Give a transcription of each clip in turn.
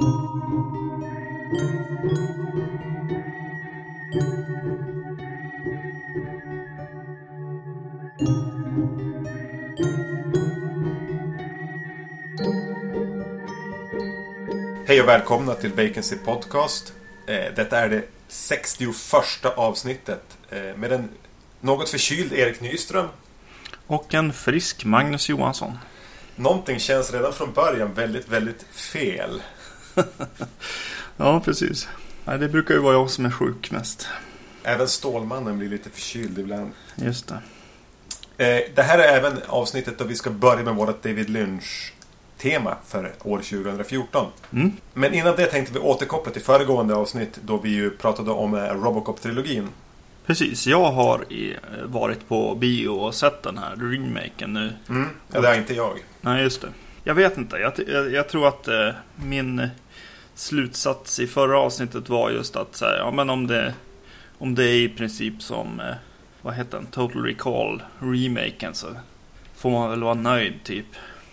Hej och välkomna till Vacancy Podcast. Detta är det 61:a avsnittet med en något förkyld Erik Nyström. Och en frisk Magnus Johansson. Någonting känns redan från början väldigt, väldigt fel. Ja, precis. Nej, det brukar ju vara jag som är sjuk mest. Även Stålmannen blir lite förkyld ibland. Just det. Det här är även avsnittet då vi ska börja med vårt David Lynch-tema för år 2014. Men innan det tänkte vi återkoppla till föregående avsnitt då vi ju pratade om Robocop-trilogin. Precis, jag har varit på bio och sett den här remaken nu. Ja, det är inte jag. Nej, just det. Jag vet inte, jag tror att min slutsats i förra avsnittet var just att så här, ja, men om det är i princip som vad heter den? Total Recall remaken, så får man väl vara nöjd typ.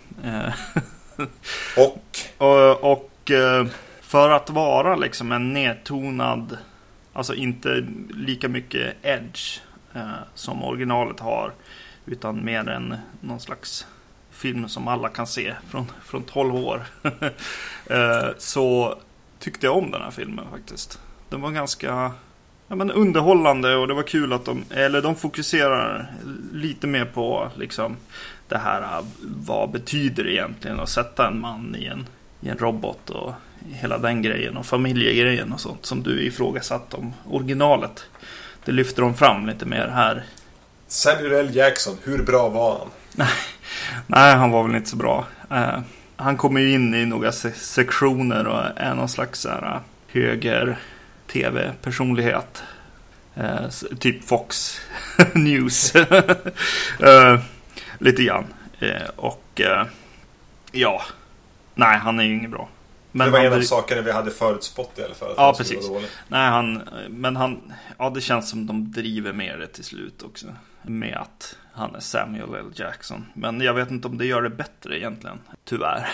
Och för att vara liksom en nedtonad, alltså inte lika mycket edge som originalet har, utan mer än någon slags film som alla kan se från 12 år. Så tyckte jag om den här filmen faktiskt. Den var ganska underhållande, och det var kul att de fokuserar lite mer på liksom det här, vad betyder det egentligen att sätta en man i en robot och hela den grejen och familjegrejen och sånt som du ifrågasatt om originalet. Det lyfter de fram lite mer här. Samuel L. Jackson, hur bra var han? Nej, han var väl inte så bra. Han kommer ju in i några sektioner och är någon slags så här höger tv-personlighet. Typ Fox News. Lite grann. Ja. Nej, han är ju inget bra. Men det var en av sakerna vi hade förutspått i alla fall. Ja, precis. Nej, det känns som de driver med det till slut också. Med att han är Samuel L. Jackson. Men jag vet inte om det gör det bättre egentligen. Tyvärr.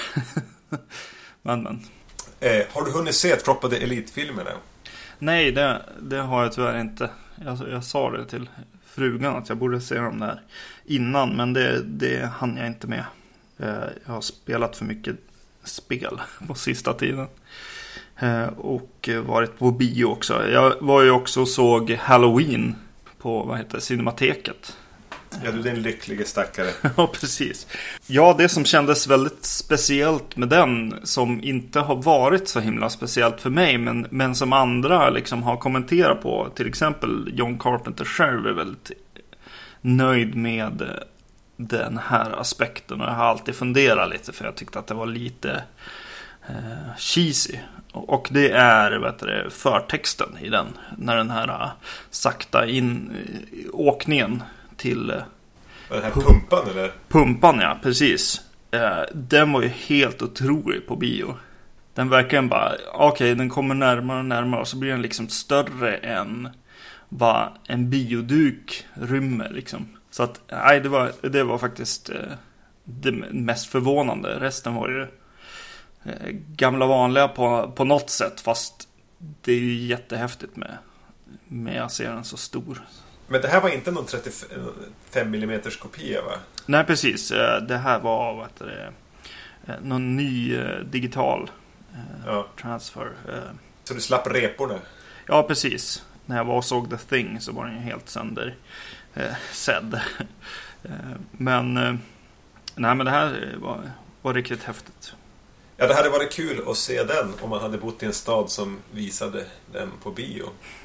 men. Har du hunnit se droppade Elite-filmerna? Nej, det har jag tyvärr inte. Jag sa det till frugan att jag borde se dem där innan, men det hann jag inte med. Jag har spelat för mycket spel på sista tiden. Och varit på bio också. Jag var ju också och såg Halloween på, Cinemateket. Ja, du är den lyckliga stackare. Ja, precis. Ja, det som kändes väldigt speciellt med den, som inte har varit så himla speciellt för mig, men som andra liksom har kommenterat på. Till exempel John Carpenter själv är väldigt nöjd med den här aspekten. Och jag har alltid funderat lite, för jag tyckte att det var lite cheesy. Och det är förtexten i den. När den här sakta åkningen till den här pumpan, eller? Pumpan, ja, precis. Den var ju helt otrolig på bio. Den verkligen bara, okej, den kommer närmare och närmare, och så blir den liksom större än vad en bioduk rymmer liksom. Så att, nej, det var faktiskt det mest förvånande. Resten var ju gamla vanliga på något sätt, fast det är ju jättehäftigt med att se den så stor. Men det här var inte någon 35 mm kopia, va? Nej, precis. Det här var någon ny digital transfer. Så du slapp reporna? Ja, precis. När jag var och såg The Thing så var den ju helt sönder sedd. Men det här var riktigt häftigt. Ja, det hade varit kul att se den om man hade bott i en stad som visade den på bio.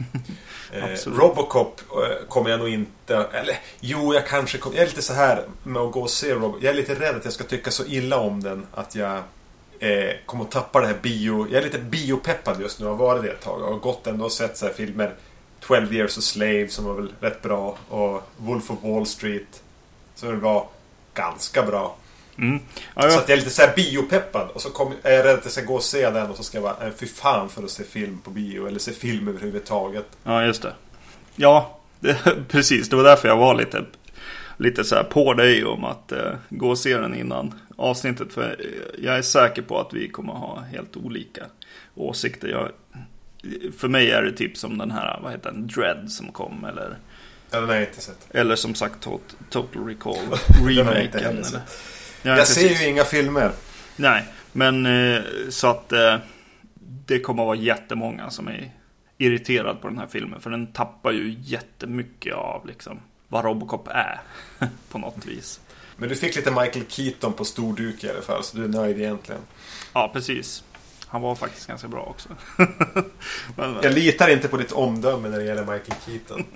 Robocop kommer jag nog inte... Eller, jo, jag kanske kommer... Jag är lite så här med att gå och se Robocop. Jag är lite rädd att jag ska tycka så illa om den att jag kommer att tappa det här bio... Jag är lite biopeppad just nu, har varit det ett tag. Jag har gått ändå och sett så här filmer. 12 Years a Slave som var väl rätt bra. Och Wolf of Wall Street som väl var ganska bra. Så att jag är lite så här biopeppad. Och så är jag rädd att jag ska gå och se den. Och så ska jag vara fy fan för att se film på bio. Eller se film överhuvudtaget. Ja, just det. Ja, precis. Det var därför jag var lite lite så här på dig om att gå och se den innan avsnittet. För jag är säker på att vi kommer ha helt olika åsikter. För mig är det typ som den här, vad heter den, Dread som kom, eller... Ja, den har jag inte sett. Eller som sagt Total Recall remaken. Jag ser ju inga filmer. Nej, men så att det kommer att vara jättemånga som är irriterad på den här filmen. För den tappar ju jättemycket av liksom vad Robocop är på något vis. Men du fick lite Michael Keaton på stor duk i alla fall, så du är nöjd egentligen. Ja, precis. Han var faktiskt ganska bra också. men. Jag litar inte på ditt omdöme när det gäller Michael Keaton.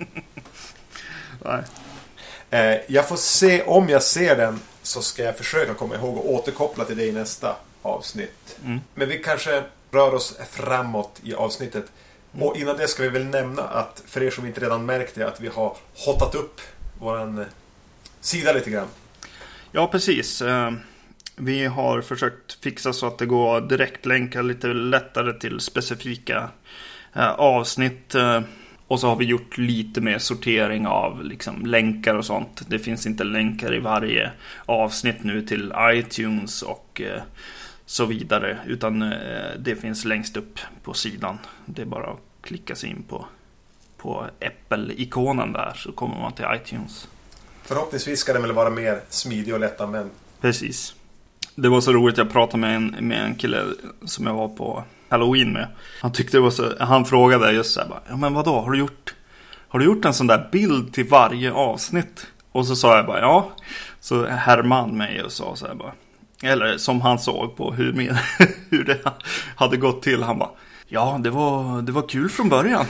Nej. Jag får se, om jag ser den så ska jag försöka komma ihåg och återkoppla till det i nästa avsnitt. Men vi kanske rör oss framåt i avsnittet. Och innan det ska vi väl nämna att, för er som inte redan märkt det, att vi har hotat upp våran sida lite grann. Ja, precis. Vi har försökt fixa så att det går direktlänka lite lättare till specifika avsnitt. Och så har vi gjort lite mer sortering av liksom länkar och sånt. Det finns inte länkar i varje avsnitt nu till iTunes och så vidare. Utan det finns längst upp på sidan. Det är bara att klicka sig in på Apple-ikonen där, så kommer man till iTunes. Förhoppningsvis ska det väl vara mer smidig och lättanvänd. Precis. Det var så roligt, jag pratade med en kille som jag var på Halloween med. Han tyckte det var så, han frågade just så här bara, ja men vadå, har du gjort en sån där bild till varje avsnitt? Och så sa jag bara, ja. Så härmade mig och sa så här bara, eller som han såg på hur det hade gått till. Han bara, ja det var kul från början.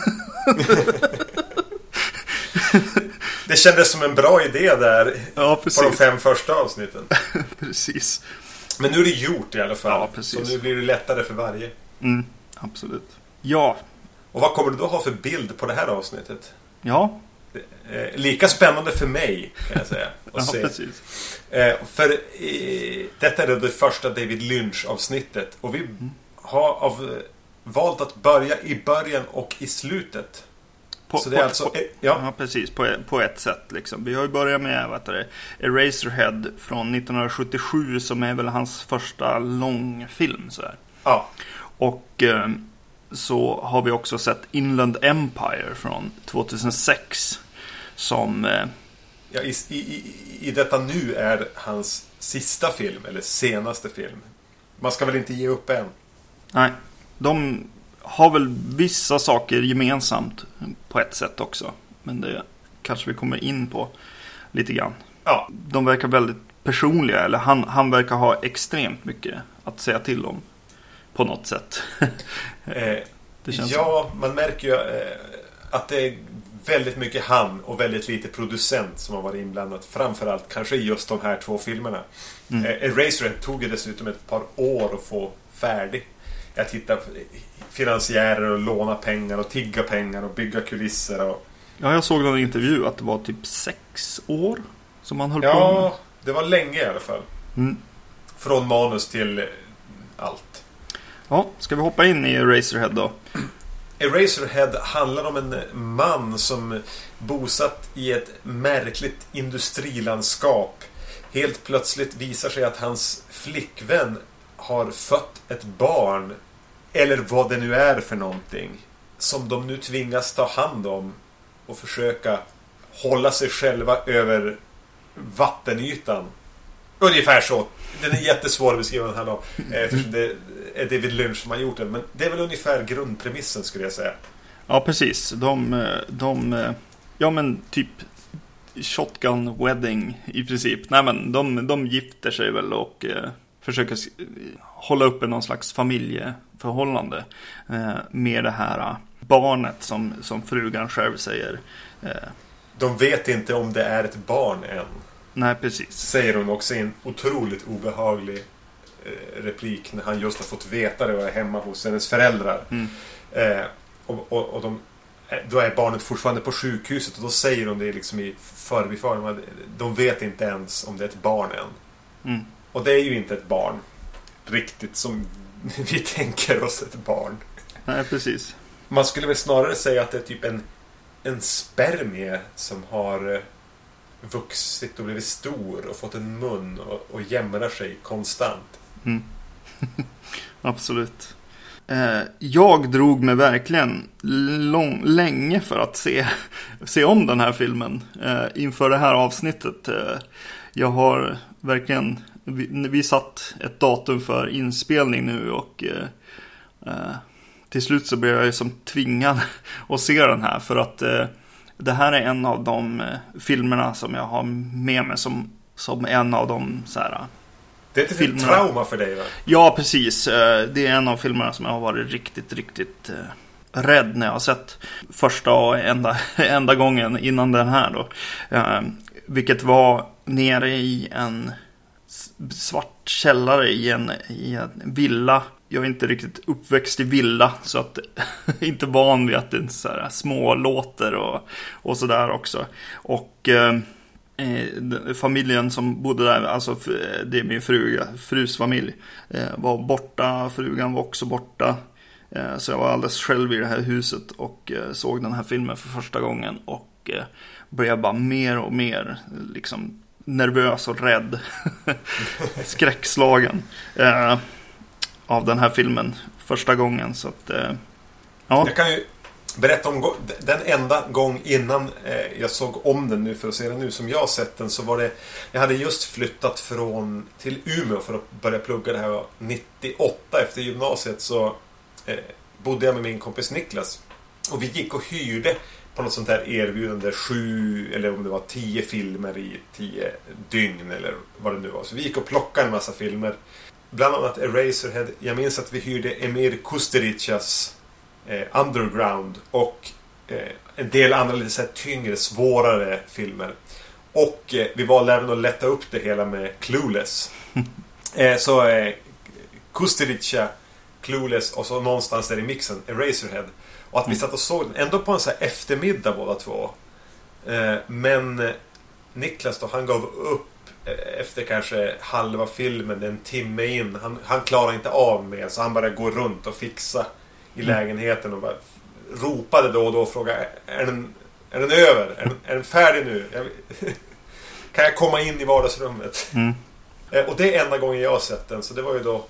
Det kändes som en bra idé där, ja, på de 5 första avsnitten. Precis. Men nu är det gjort i alla fall. Ja, precis. Så nu blir det lättare för varje. Absolut. Ja. Och vad kommer du då ha för bild på det här avsnittet? Ja. Lika spännande för mig, kan jag säga. Ja, se. precis. För detta är det första David Lynch-avsnittet. Och vi har valt att börja i början och i slutet. Så det är alltså... Ja, precis. På ett sätt liksom. Vi har ju börjat med Eraserhead från 1977, som är väl hans första långfilm så här. Ja. Och så har vi också sett Inland Empire från 2006 som... Ja, i detta nu är hans sista film, eller senaste film. Man ska väl inte ge upp än? Nej, de har väl vissa saker gemensamt på ett sätt också. Men det kanske vi kommer in på lite grann. Ja. De verkar väldigt personliga, eller han verkar ha extremt mycket att säga till om på något sätt. Det känns så. Man märker ju att det är väldigt mycket han och väldigt lite producent som har varit inblandat. Framförallt kanske i just de här 2 filmerna. Eraserhead tog ju dessutom ett par år att få färdig. Jag tittar på finansiärer och låna pengar och tigga pengar och bygga kulisser. Och... Ja, jag såg någon intervju att det var typ 6 år som man höll på. Ja, det var länge i alla fall. Från manus till allt. Ja, ska vi hoppa in i Eraserhead då? Eraserhead handlar om en man som bosatt i ett märkligt industrilandskap. Helt plötsligt visar sig att hans flickvän har fött ett barn, eller vad det nu är för någonting, som de nu tvingas ta hand om och försöka hålla sig själva över vattenytan. Ungefär så. Den är jättesvår att beskriva den här då, eftersom det är David Lynch som har gjort den. Men det är väl ungefär grundpremissen, skulle jag säga. Ja, precis. Ja, men typ shotgun wedding i princip. Nej, men de gifter sig väl och försöker hålla uppe någon slags familjeförhållande med det här barnet som frugan själv säger. De vet inte om det är ett barn än. Nej, precis. Säger hon också i en otroligt obehaglig replik när han just har fått veta det och är hemma hos hennes föräldrar. Och då är barnet fortfarande på sjukhuset, och då säger de det liksom i förbifarten. De vet inte ens om det är ett barn än. Och det är ju inte ett barn riktigt som vi tänker oss ett barn. Nej, precis. Man skulle väl snarare säga att det är typ en spermie som har vuxit och blivit stor och fått en mun och jämrar sig konstant. Absolut. Jag drog mig verkligen länge för att se om den här filmen inför det här avsnittet. Jag har verkligen vi satt ett datum för inspelning nu och till slut så blev jag ju som tvingad att se den här för att det här är en av de filmerna som jag har med mig som en av de så här. Det är inte ett trauma för dig, va? Ja, precis. Det är en av filmerna som jag har varit riktigt rädd när jag har sett första och enda gången innan den här då. Vilket var nere i en svart källare i en villa. Jag är inte riktigt uppväxt i villa så att inte van vid att det är så här små låter och sådär också. Och familjen som bodde där, alltså det är min frus familj, var borta, frugan var också borta. Så jag var alldeles själv i det här huset och såg den här filmen för första gången och blev bara mer och mer liksom nervös och rädd, skräckslagen av den här filmen första gången. Så att, ja. Jag kan ju berätta om den enda gång innan jag såg om den nu för att se den nu som jag sett den, så var det, jag hade just flyttat till Umeå för att börja plugga det här 98 efter gymnasiet, så bodde jag med min kompis Niklas och vi gick och hyrde på något sånt här erbjudande 7 eller om det var 10 filmer i 10 dygn eller vad det nu var. Så vi gick och plockade en massa filmer, bland annat Eraserhead. Jag minns att vi hyrde Emir Kusturicas Underground och en del andra lite så här tyngre, svårare filmer. Och vi valde även att lätta upp det hela med Clueless. Så Kusturica, Clueless och så någonstans där i mixen Eraserhead. Och att vi satt och såg den ändå på en så här eftermiddag båda två. Men Niklas då, han gav upp efter kanske halva filmen, en timme in. Han klarar inte av mer, så han bara går runt och fixa i lägenheten och bara ropade då och då och frågade, är den över? Är den färdig nu? Kan jag komma in i vardagsrummet? Och det är enda gången jag har sett den, så det var ju då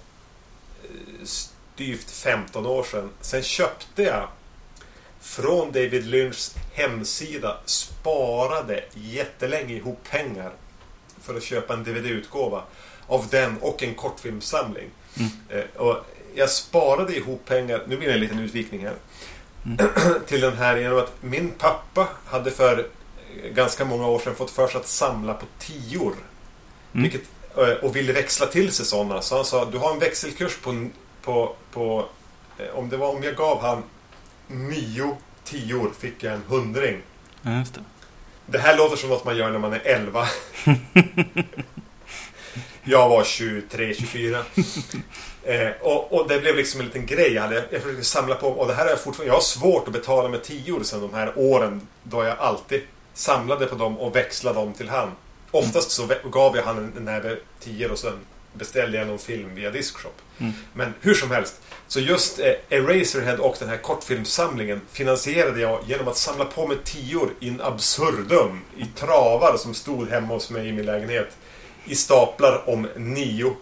styvt 15 år sedan. Sen köpte jag från David Lynchs hemsida, sparade jättelänge ihop pengar för att köpa en DVD-utgåva av den och en kortfilmssamling. Och jag sparade ihop pengar, nu blir det en liten utvikning här, till den här genom att min pappa hade för ganska många år sedan fått för sig att samla på 10 och ville växla till sig sådana. Så han sa, du har en växelkurs på om jag gav han 9 10 fick jag en 100. Just det. Det här låter som något man gör när man är 11. Jag var 23-24. Och det blev liksom en liten grej. Jag försökte samla på, och det här är jag har svårt att betala med 10 sedan de här åren då jag alltid samlade på dem och växlade dem till han. Oftast så gav jag han en näve 10 och sen beställde jag någon film via Discshop. Men hur som helst, så just Eraserhead och den här kortfilmssamlingen finansierade jag genom att samla på med 10 in absurdum i travar som stod hemma hos mig i min lägenhet i staplar om 9.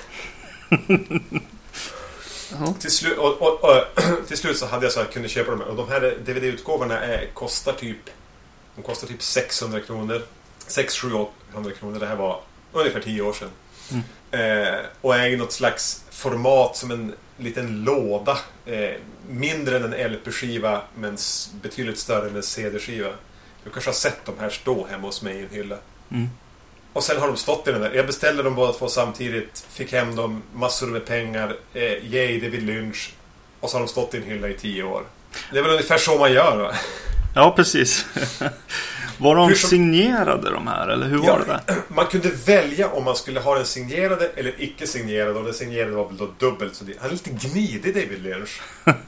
Till slut så hade jag så att jag kunde köpa dem, och de här DVD-utgåvorna kostar typ 600 kronor, 600-700 kronor. Det här var ungefär 10 år sedan. Och är i något slags format som en liten låda, mindre än en LP-skiva men betydligt större än en CD-skiva. Du kanske har sett de här stå hemma hos mig i en hylla. Och sen har de stått i den där. Jag beställde dem båda två samtidigt, fick hem dem, massor med pengar, yay David Lynch, och så har de stått i en hylla i 10 år. Det är väl ungefär så man gör, va? Ja, precis. Var de signerade de här, eller hur var det där? Man kunde välja om man skulle ha den signerade eller icke signerade, och den signerade var väl då dubbelt så dyr. Han är lite gnidig, David Lynch.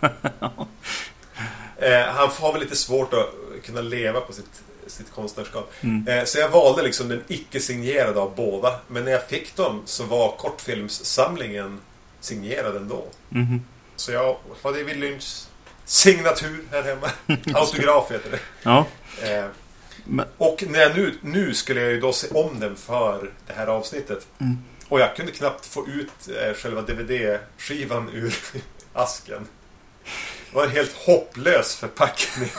Han har väl lite svårt att kunna leva på sitt konstnärskap. Så jag valde liksom den icke-signerade av båda. Men när jag fick dem så var kortfilmssamlingen signerad ändå. Så jag har David Lynchs signatur här hemma. Autograf heter det. Ja. Och när jag nu skulle jag ju då se om den för det här avsnittet. Och jag kunde knappt få ut själva DVD-skivan ur asken. Det var en helt hopplös förpackning.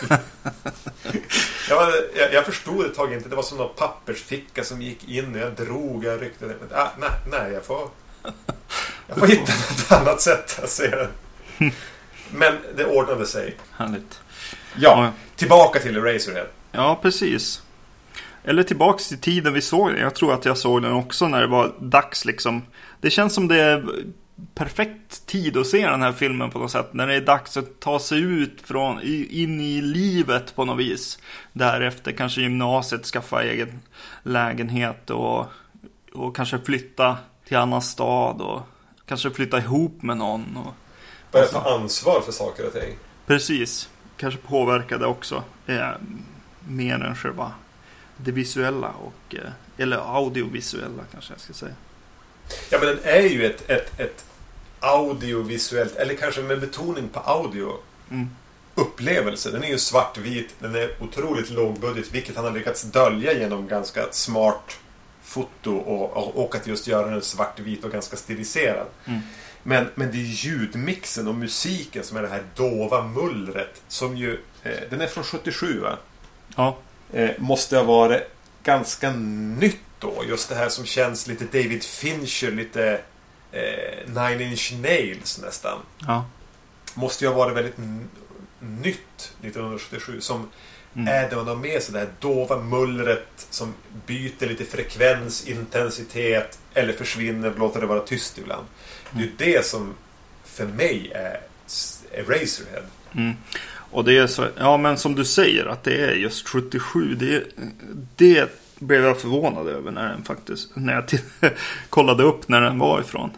Jag förstod ett tag inte. Det var som någon pappersficka som gick in. Jag drog, jag ryckte. Nej, jag får hitta något annat sätt att se den. Men det ordnade sig. Härligt. Ja, tillbaka till Eraserhead. Ja, precis. Eller tillbaks till tiden vi såg den. Jag tror att jag såg den också när det var dags liksom. Det känns som det är perfekt tid att se den här filmen på något sätt. När det är dags att ta sig ut in i livet på något vis. Därefter kanske gymnasiet, skaffa egen lägenhet och kanske flytta till annan stad och kanske flytta ihop med någon. Och börja ta ansvar för saker och ting. Precis. Kanske påverkade också mer än själva det visuella eller audiovisuella kanske jag ska säga. Ja, men den är ju ett audiovisuellt, eller kanske med betoning på audio upplevelse. Den är ju svartvit, den är otroligt lågbudget, vilket han har lyckats dölja genom ganska smart foto och att just göra den svartvit och ganska stiliserad. Men det är ljudmixen och musiken som är det här dova mullret som ju, den är från 77 va? Ja. Måste ha varit ganska nytt då. Just det här som känns lite David Fincher, lite Nine Inch Nails nästan. Ja. Måste ju ha varit väldigt nytt 1977 som är det man har med sig det här dova mullret som byter lite frekvens, intensitet eller försvinner och låter det vara tyst ibland. Det är ju det som för mig är Eraserhead. Och det är så, ja men som du säger att det är just 77, det blev jag förvånad över när jag kollade upp när den var ifrån.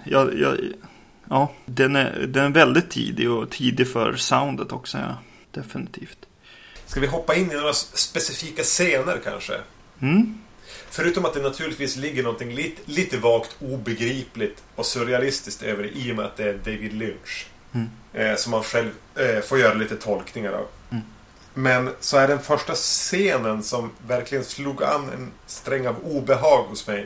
Den är väldigt tidig och tidig för soundet också, ja, definitivt. Ska vi hoppa in i några specifika scener kanske? Förutom att det naturligtvis ligger någonting lite vagt obegripligt och surrealistiskt över det i och med att det är David Lynch. Som man själv får göra lite tolkningar av. Men så är den första scenen som verkligen slog an en sträng av obehag hos mig.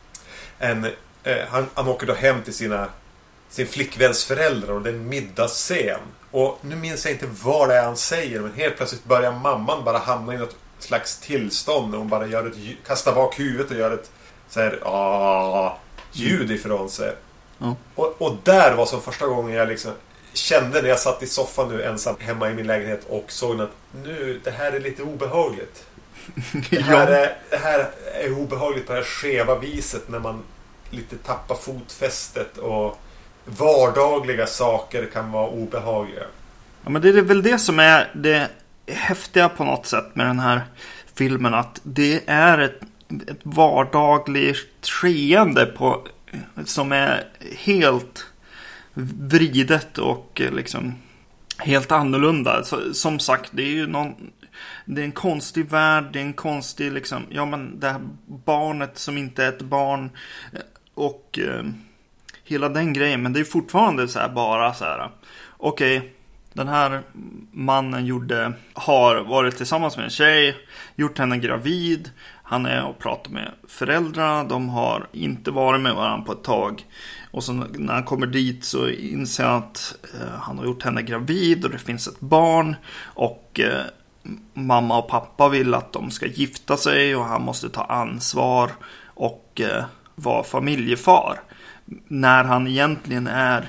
Han åker då hem till sin flickväns föräldrar och det är en middagsscen. Och nu minns jag inte vad det är han säger, men helt plötsligt börjar mamman bara hamna i något slags tillstånd och hon bara kastar bak huvudet och gör ett så här ljud ifrån sig. Och där var som första gången jag liksom kände när jag satt i soffan nu ensam hemma i min lägenhet och såg att det här är lite obehagligt. Det här är obehagligt på det här skeva viset när man lite tappar fotfästet och vardagliga saker kan vara obehagliga. Ja, men det är väl det som är det häftiga på något sätt med den här filmen, att det är ett vardagligt skeende som är helt vridet och liksom helt annorlunda. Så, som sagt, det är ju det är en konstig värld, det är en konstig liksom, ja men det här barnet som inte är ett barn och hela den grejen, men det är fortfarande så här bara så här. Okej, den här mannen har varit tillsammans med en tjej, gjort henne gravid. Han är och pratar med föräldrarna. De har inte varit med varandra på ett tag. Och så när han kommer dit så inser han att han har gjort henne gravid och det finns ett barn. Och mamma och pappa vill att de ska gifta sig och han måste ta ansvar och vara familjefar. När han egentligen är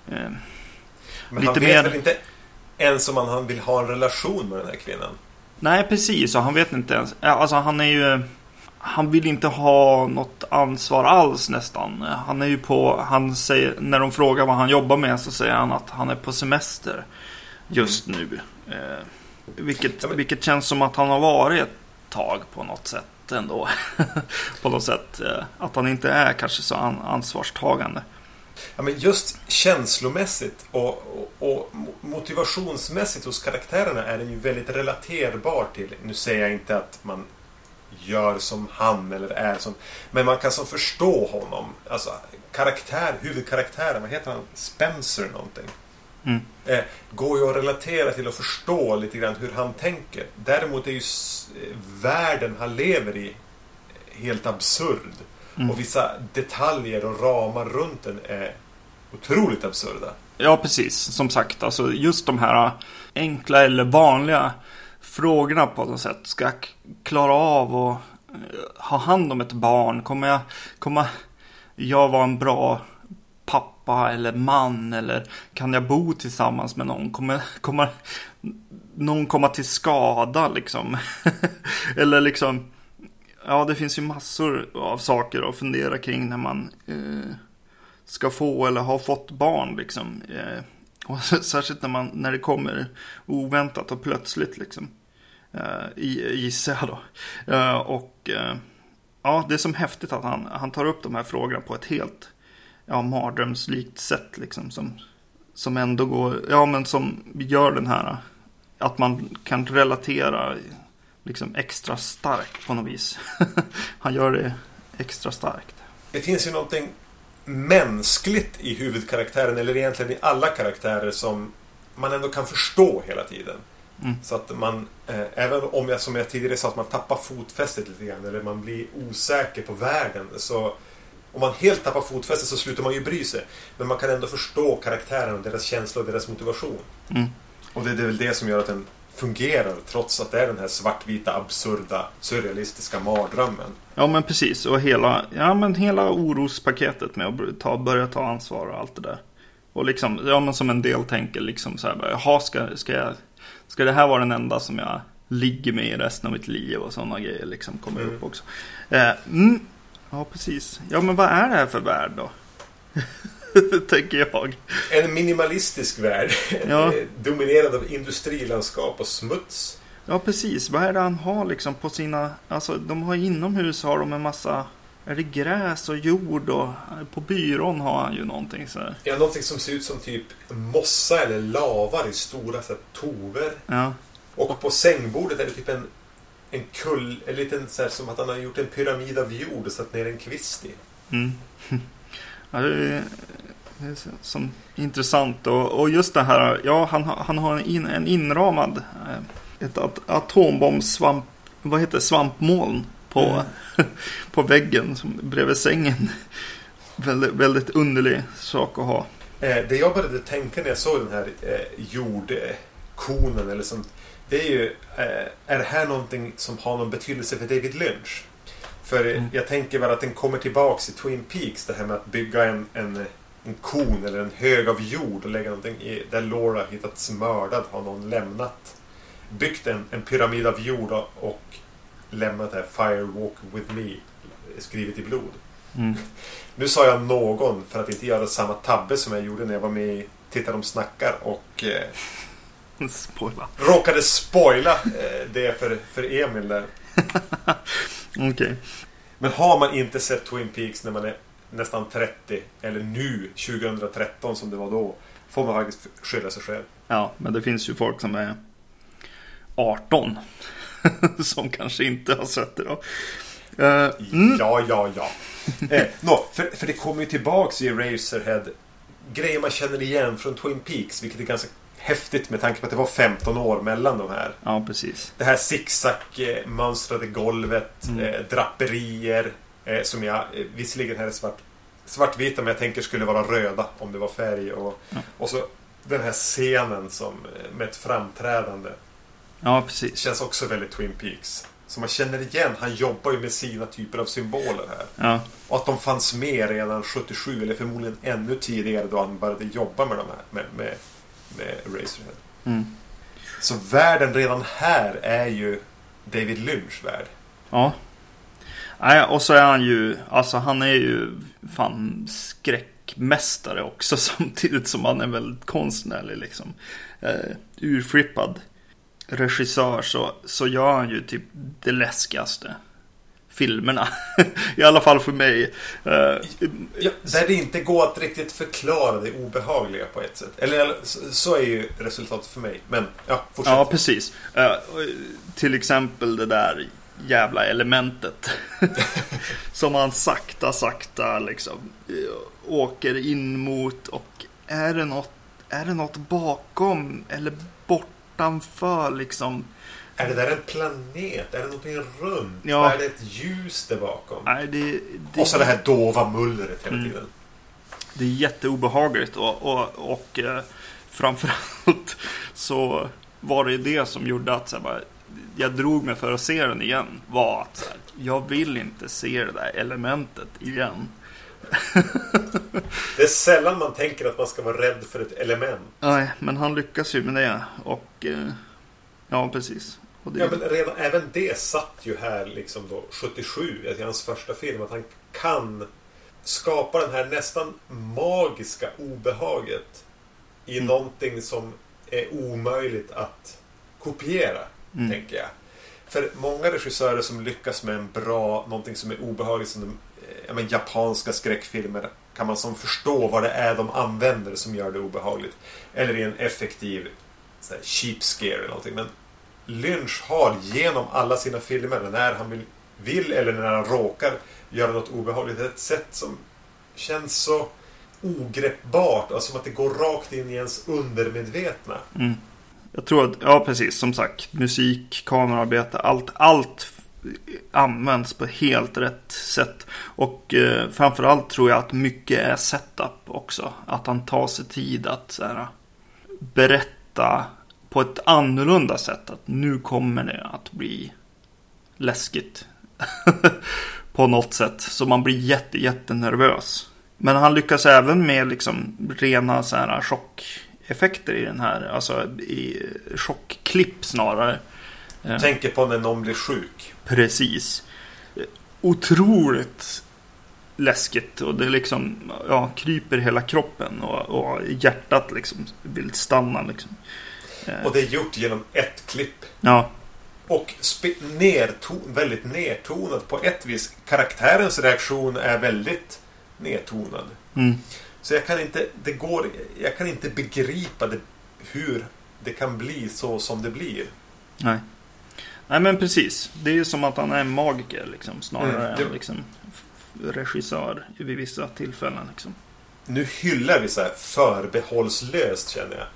men han vet väl inte ens om han vill ha en relation med den här kvinnan? Nej, precis. Och han vet inte ens. Alltså han vill inte ha något ansvar alls nästan. Han är ju han säger, när de frågar vad han jobbar med så säger han att han är på semester just nu. Vilket känns som att han har varit ett tag på något sätt ändå. På något sätt. Att han inte är kanske så ansvarstagande. Ja, men just känslomässigt och motivationsmässigt hos karaktärerna är den ju väldigt relaterbar till. Nu säger jag inte att man gör som han eller är som, men man kan så förstå honom. Alltså huvudkaraktären, vad heter han? Spencer någonting. Går ju att relatera till och förstå lite grann hur han tänker. Däremot är ju världen han lever i helt absurd. Och vissa detaljer och ramar runt den är otroligt absurda. Ja, precis. Som sagt, alltså just de här enkla eller vanliga frågorna på något sätt. Ska jag klara av att ha hand om ett barn? Kommer jag vara en bra pappa eller man? Eller kan jag bo tillsammans med någon? Kommer någon komma till skada liksom? Eller liksom, ja, det finns ju massor av saker att fundera kring när man ska få eller har fått barn liksom. Och särskilt när det kommer oväntat och plötsligt liksom. Gissar jag då. Ja, det är som häftigt att han tar upp de här frågorna på ett helt mardrömslikt sätt liksom, som ändå går, men som gör den här att man kan relatera liksom extra starkt på något vis. Han gör det extra starkt. Det finns ju någonting mänskligt i huvudkaraktären, eller egentligen i alla karaktärer, som man ändå kan förstå hela tiden. Så att man, även om jag, som jag tidigare sa, att man tappar fotfästet lite grann, eller man blir osäker på världen, så om man helt tappar fotfästet så slutar man ju bry sig. Men man kan ändå förstå karaktären och deras känslor och deras motivation. Och det är väl det som gör att den fungerar, trots att det är den här svartvita, absurda, surrealistiska mardrömmen. Ja, men precis. Och hela orospaketet med att börja ta ansvar och allt det där. Och liksom, men som en del tänker liksom så här, ska det här vara den enda som jag ligger med i resten av mitt liv och sådana grejer liksom kommer upp också. Ja, precis. Ja, men vad är det här för värld då? Tänker jag. En minimalistisk värld. Dominerad av industrilandskap och smuts. Ja, precis. Vad är det han har liksom på sina... Alltså, de har inomhus har de en massa... Är det gräs och jord och... På byrån har han ju någonting så här. Ja, någonting som ser ut som typ mossa eller lavar i stora så här, tover. Ja. Och på sängbordet är det typ en kull... En liten så här, som att han har gjort en pyramid av jord och satt ner en kvist i. Ja, det är som intressant och just det här, han har en inramad ett atombombsvamp, svampmoln på väggen som bredvid sängen. Väldigt, väldigt underlig sak att ha. Det jag började tänka när jag såg den här jordkonen eller sånt, det är ju är det här någonting som har någon betydelse för David Lynch? För jag tänker väl att den kommer tillbaks i Twin Peaks, det här med att bygga en kon eller en hög av jord och lägga någonting i, där Laura hittats mördad, har någon lämnat, byggt en pyramid av jord och lämnat det här Fire Walk With Me skrivet i blod. Nu sa jag någon för att inte göra samma tabbe som jag gjorde när jag var med i Titta de snackar och råkade spoila det för Emil där. Okay. Men har man inte sett Twin Peaks när man är nästan 30 eller nu 2013 som det var då, får man faktiskt skylla sig själv. Ja, men det finns ju folk som är 18 som kanske inte har sett det då. Ja. För det kommer ju tillbaks i Eraserhead grejer man känner igen från Twin Peaks, vilket är ganska häftigt med tanke på att det var 15 år mellan de här. Ja, precis. Det här zigzag-mönstrade golvet, draperier som jag visserligen här är svartvita, men jag tänker skulle vara röda om det var färg och så den här scenen som med ett framträdande. Ja, precis. Känns också väldigt Twin Peaks. Så man känner igen, han jobbar ju med sina typer av symboler här. Ja. Och att de fanns med redan 77 eller förmodligen ännu tidigare då han började jobba med de här med Eraserhead. Så världen redan här är ju David Lynch värld. Ja. Nej, och så är han ju, alltså han är ju fan skräckmästare också, samtidigt som han är väldigt konstnärlig liksom. Urflippad regissör, så gör han ju typ det läskigaste filmerna. I alla fall för mig. Där det inte går att riktigt förklara det obehagliga på ett sätt. Eller så är ju resultatet för mig. Men fortsätt. Ja, precis. Till exempel det där jävla elementet som han sakta liksom åker in mot, och är det något är det något bakom eller bortanför liksom? Är det där en planet? Är det någonting runt? Ja. Är det ett ljus där bakom? Nej, det och så det här dova mullret hela tiden. Det är jätteobehagligt och framförallt så var det det som gjorde att så här, bara, jag drog mig för att se den igen. Var att så här, jag vill inte se det där elementet igen. Det är sällan man tänker att man ska vara rädd för ett element. Nej, men han lyckas ju med det. Och ja, precis. Och det... Ja, men redan även det satt ju här liksom då 77 i hans första film. Att han kan skapa den här nästan magiska obehaget i någonting som är omöjligt att kopiera, tänker jag. För många regissörer som lyckas med en bra, någonting som är obehagligt som japanska skräckfilmer, kan man som förstå vad det är de använder som gör det obehagligt. Eller i en effektiv så här, cheap scare eller någonting. Men Lynch har genom alla sina filmer, när han vill eller när han råkar göra något obehagligt, ett sätt som känns så ogreppbart, alltså som att det går rakt in i ens undermedvetna. Jag tror att, ja precis, som sagt, musik, kameraarbete, allt används på helt rätt sätt. Och framförallt tror jag att mycket är setup också. Att han tar sig tid att så här, berätta på ett annorlunda sätt att nu kommer det att bli läskigt på något sätt. Så man blir jättenervös. Men han lyckas även med liksom rena så här chockeffekter i den här, alltså i chockklipp snarare. Tänker på när någon blir sjuk. Precis. Otroligt läskigt och det liksom kryper hela kroppen och hjärtat liksom vill stanna liksom. Och det är gjort genom ett klipp. Ja. Och väldigt nedtonad på ett vis. Karaktärens reaktion är väldigt nedtonad. Så jag kan inte begripa hur det kan bli så som det blir. Nej men precis. Det är ju som att han är en magiker liksom, snarare än liksom regissör vid vissa tillfällen liksom. Nu hyllar vi så här förbehållslöst, känner jag.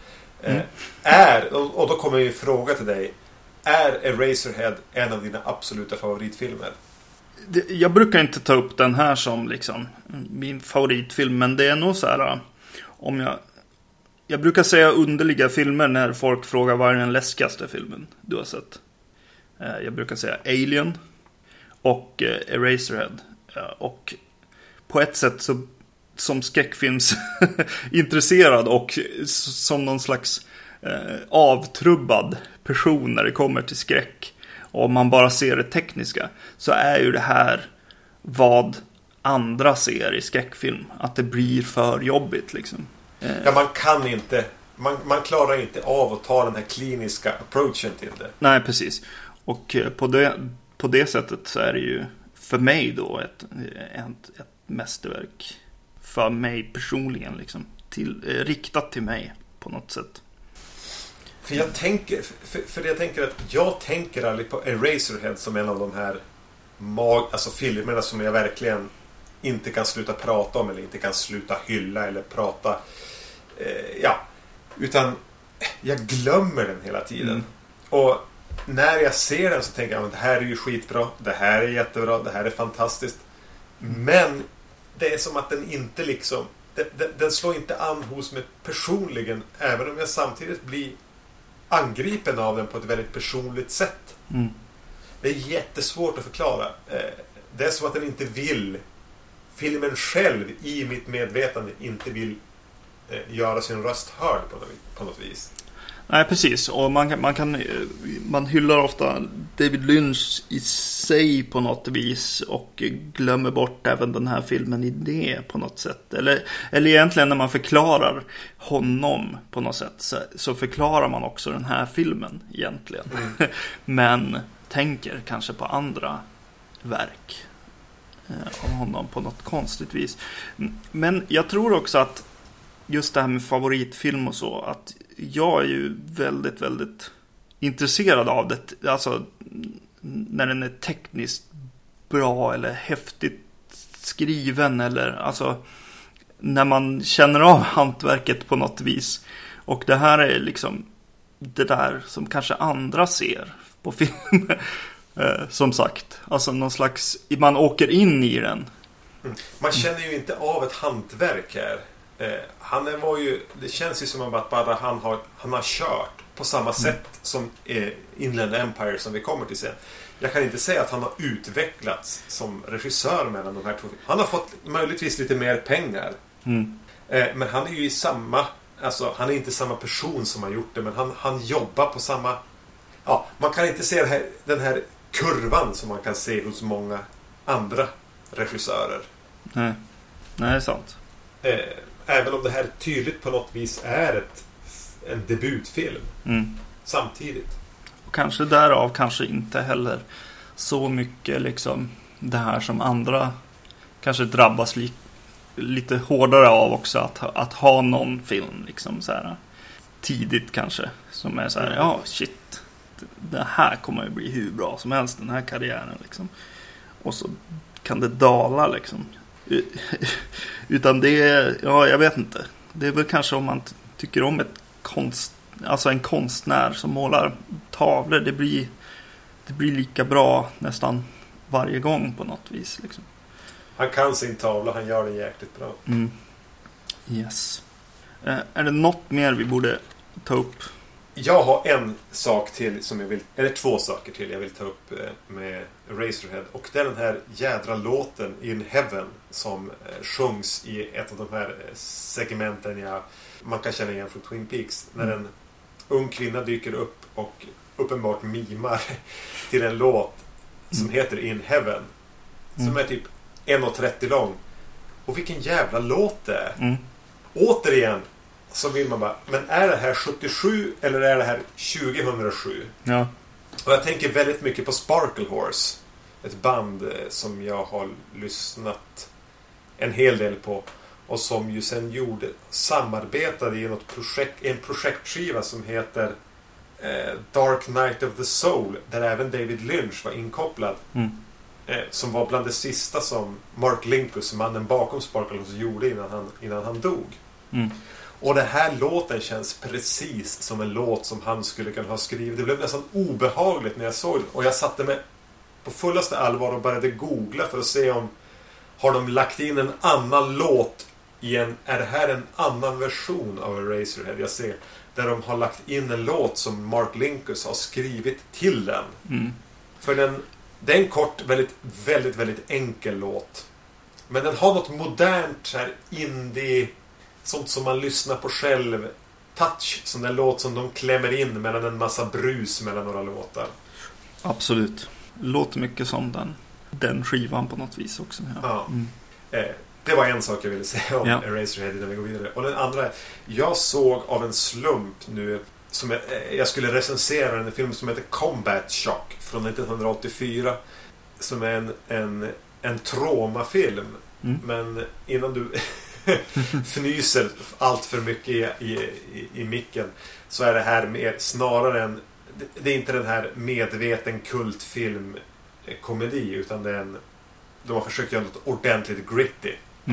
Och då kommer ju fråga till dig. Är Eraserhead en av dina absoluta favoritfilmer? Jag brukar inte ta upp den här som liksom min favoritfilm, men det är nog så här, om jag brukar säga underliga filmer när folk frågar vad är den läskigaste filmen du har sett. Jag brukar säga Alien och Eraserhead. Och på ett sätt så som skräckfilmsintresserad och som någon slags avtrubbad person när det kommer till skräck, och man bara ser det tekniska, så är ju det här vad andra ser i skräckfilm, att det blir för jobbigt liksom. Ja, man kan inte, man klarar inte av att ta den här kliniska approachen till det. Nej, precis. Och på det sättet så är det ju för mig då ett mästerverk för mig personligen liksom, riktat till mig på något sätt. För jag tänker att jag tänker aldrig på Eraserhead som en av de här alltså filmerna som jag verkligen inte kan sluta prata om eller inte kan sluta hylla eller prata utan jag glömmer den hela tiden. Och när jag ser den så tänker jag att det här är ju skitbra, det här är jättebra, det här är fantastiskt. Men det är som att den inte liksom den slår inte an hos mig personligen, även om jag samtidigt blir angripen av den på ett väldigt personligt sätt. Det är jättesvårt att förklara. Det är som att den inte vill, filmen själv i mitt medvetande inte vill göra sin röst hörd på något vis. Nej, precis. Och man hyllar ofta David Lynch i sig på något vis och glömmer bort även den här filmen i det på något sätt. Eller egentligen när man förklarar honom på något sätt så förklarar man också den här filmen egentligen. Men tänker kanske på andra verk av honom på något konstigt vis. Men jag tror också att just det här med favoritfilm och så, att jag är ju väldigt, väldigt intresserad av det. Alltså när den är tekniskt bra eller häftigt skriven, eller alltså när man känner av hantverket på något vis. Och det här är liksom det där som kanske andra ser på film. Som sagt, alltså någon slags, man åker in i den. Man känner ju inte av ett hantverk här. Var ju, det känns ju som att bara han har kört på samma sätt som Inland Empire som vi kommer till sen. Jag kan inte säga att han har utvecklats som regissör mellan de här två. Han har fått möjligtvis lite mer pengar. Men han är ju i samma, alltså han är inte samma person som har gjort det, men han jobbar på samma, ja, man kan inte se den här kurvan som man kan se hos många andra regissörer. Nej, det är sant. Även om det här tydligt på något vis är en debutfilm samtidigt. Och kanske därav kanske inte heller så mycket liksom det här som andra kanske drabbas lite hårdare av också, att ha någon film liksom så här tidigt kanske som är så här, ja shit, det här kommer ju bli hur bra som helst, den här karriären liksom. Och så kan det dala liksom. Utan det är, ja, jag vet inte. Det är väl kanske om man tycker om alltså en konstnär som målar tavlor, det blir lika bra nästan varje gång på något vis liksom. Han kan sin tavla, han gör den jäkligt bra. Yes. Är det något mer vi borde ta upp? Jag har en sak till eller två saker till jag vill ta upp med Eraserhead. Och det är den här jädra låten In Heaven som sjungs i ett av de här segmenten man kan känna igen från Twin Peaks. När en ung kvinna dyker upp och uppenbart mimar till en låt som heter In Heaven. Som är typ 1:30 lång. Och vilken jävla låt det är. Återigen så vill man bara, men är det här 77 eller är det här 2007? Ja. Och jag tänker väldigt mycket på Sparkle Horse. Ett band som jag har lyssnat en hel del på. Och som ju sen samarbetade i en projektskiva som heter Dark Knight of the Soul. Där även David Lynch var inkopplad. Som var bland det sista som Mark Linkous, mannen bakom Sparkle Horse, gjorde innan han dog. Och den här låten känns precis som en låt som han skulle kunna ha skrivit. Det blev nästan obehagligt när jag såg den. Och jag satte mig på fullaste allvar och började googla för att se om har de lagt in en annan låt är det här en annan version av Eraserhead? Jag ser där de har lagt in en låt som Mark Linkous har skrivit till den. För det är en kort, väldigt, väldigt, väldigt enkel låt. Men den har något modernt så här indie, sånt som man lyssnar på själv, touch, sån där låt som de klämmer in mellan en massa brus mellan några låtar. Absolut. Låter mycket som den skivan på något vis också. Ja. Det var en sak jag ville säga om Eraserhead innan vi går vidare. Och den andra, jag såg av en slump nu som jag skulle recensera en film som heter Combat Shock från 1984, som är en traumafilm. Men innan du fnyser allt för mycket i micken, så är det här mer snarare det är inte den här medveten kultfilm komedi, utan de har försökt göra något ordentligt gritty.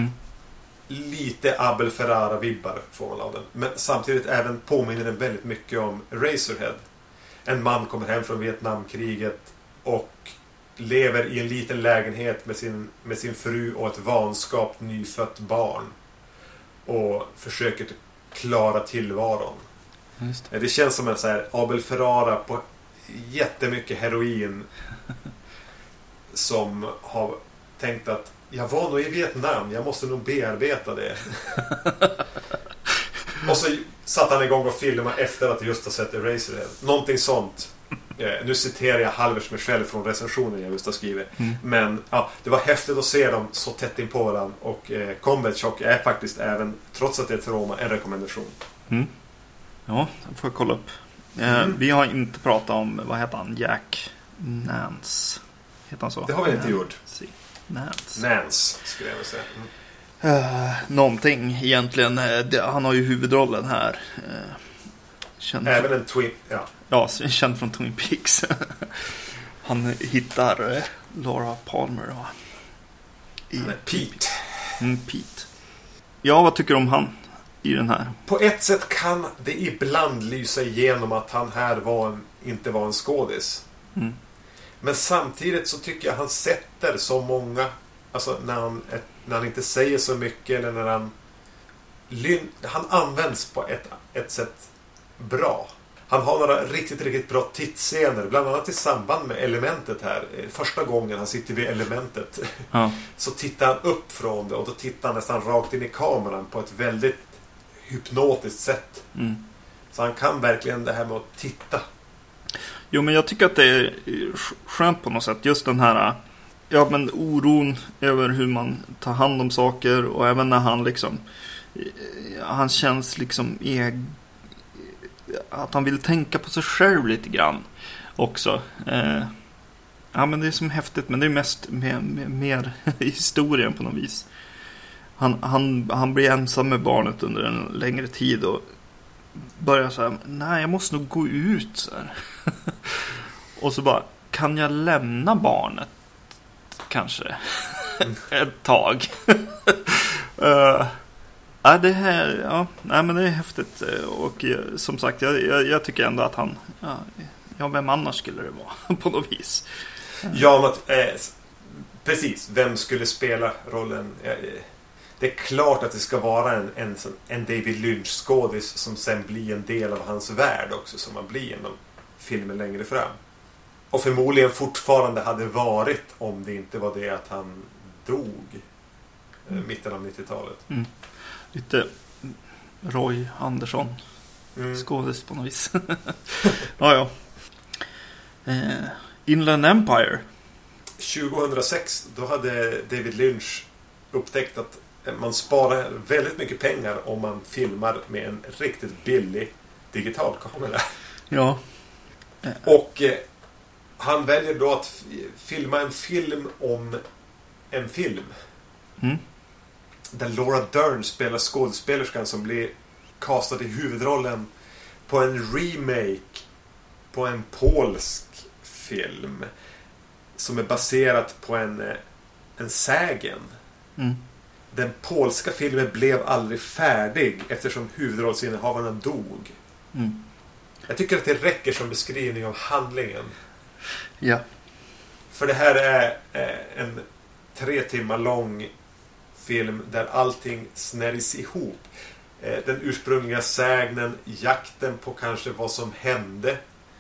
Lite Abel Ferrara-vibbar får man av den. Men samtidigt även påminner den väldigt mycket om Eraserhead. En man kommer hem från Vietnamkriget och lever i en liten lägenhet med sin fru och ett vanskapt nyfött barn. Och försöker klara tillvaron. Just det. Det känns som en så här Abel Ferrara på jättemycket heroin som har tänkt att jag var nog i Vietnam, jag måste nog bearbeta det. Och så satt han igång och filmade efter att just ha sett Eraserhead. Någonting sånt. Nu citerar jag halvers mig själv från recensionen jag just har skrivit. Men det var häftigt att se dem så tätt in på varandra. Och Combat Shock är faktiskt även, trots att det är trauma, en rekommendation. Ja, det får jag kolla upp. Vi har inte pratat om, vad heter han? Jack Nance. Heter han så? Det har vi inte gjort. Nance skulle jag vilja säga. Någonting egentligen. Han har ju huvudrollen här. Även en Twin... Ja, känd från Twin Peaks. Han hittar Laura Palmer. Pete. Pete. Ja, vad tycker du om han i den här? På ett sätt kan det ibland lysa igenom att han här inte var en skådis. Mm. Men samtidigt så tycker jag han sätter så många, alltså när han inte säger så mycket eller när han används på ett sätt bra. Han har några riktigt, riktigt bra tittscener, bland annat i samband med elementet här. Första gången han sitter vid elementet så tittar han upp från det och då tittar han nästan rakt in i kameran på ett väldigt hypnotiskt sätt. Mm. Så han kan verkligen det här med att titta. Jo, men jag tycker att det är skönt på något sätt. Just den här oron över hur man tar hand om saker. Och även när han liksom han känns liksom att han vill tänka på sig själv lite grann också. Ja, men det är som häftigt, men det är mest mer historien på något vis. Han blir ensam med barnet under en längre tid och börjar så här, nej, jag måste nog gå ut så här. Och så bara, kan jag lämna barnet kanske ett tag? Det här, men det är häftigt. Och som sagt, jag tycker ändå att han, vem annars skulle det vara på något vis? Ja, precis. Vem skulle spela rollen? Det är klart att det ska vara en David Lynch-skådis som sen blir en del av hans värld också, som man blir genom filmen längre fram. Och förmodligen fortfarande hade varit om det inte var det att han dog mitten av 90-talet. Mm. Lite Roy Andersson skådis på något vis. Ja. Inland Empire 2006, då hade David Lynch upptäckt att man sparar väldigt mycket pengar om man filmar med en riktigt billig digitalkamera. Ja. Och han väljer då att filma en film om en film. Mm. Där Laura Dern spelar skådespelerskan som blir castad i huvudrollen på en remake på en polsk film som är baserat på en sägen. Mm. Den polska filmen blev aldrig färdig eftersom huvudrollsinnehavarna dog. Mm. Jag tycker att det räcker som beskrivning av handlingen. Ja. För det här är en 3 timmar lång film där allting snärjs ihop. Den ursprungliga sägnen, jakten på kanske vad som hände,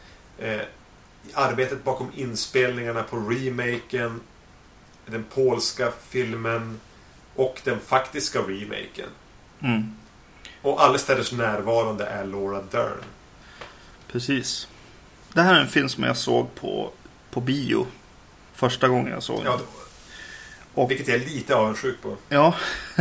arbetet bakom inspelningarna på remaken, den polska filmen och den faktiska remaken. Mm. Och allestädes närvarande är Laura Dern. Precis. Det här är en film som jag såg på bio första gången jag såg den. Och vilket jag är lite avundsjuk på. Ja,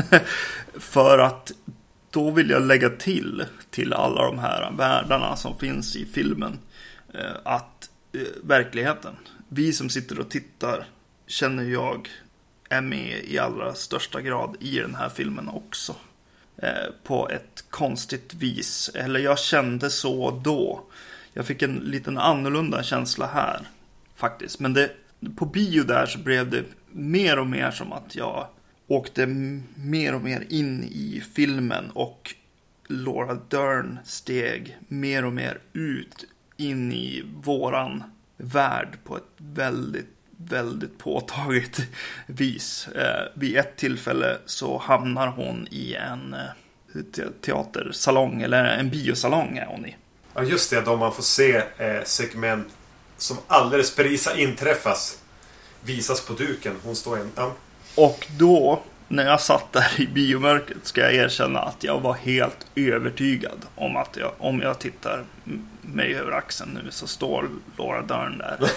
för att då vill jag lägga till alla de här världarna som finns i filmen att verkligheten, vi som sitter och tittar, känner jag är med i allra största grad i den här filmen också. På ett konstigt vis. Eller jag kände så då. Jag fick en liten annorlunda känsla här faktiskt. Men på bio där så blev det mer och mer som att jag åkte mer och mer in i filmen och Laura Dern steg mer och mer ut in i våran värld på ett väldigt, väldigt påtagligt vis. Vid ett tillfälle så hamnar hon i en teatersalong, eller en biosalong är hon i. Ja, just det, då man får se segment som alldeles precis visas på duken. Hon står Och då, när jag satt där i biomörkret, ska jag erkänna att jag var helt övertygad om att om jag tittar mig över axeln nu så står Laura Dern där.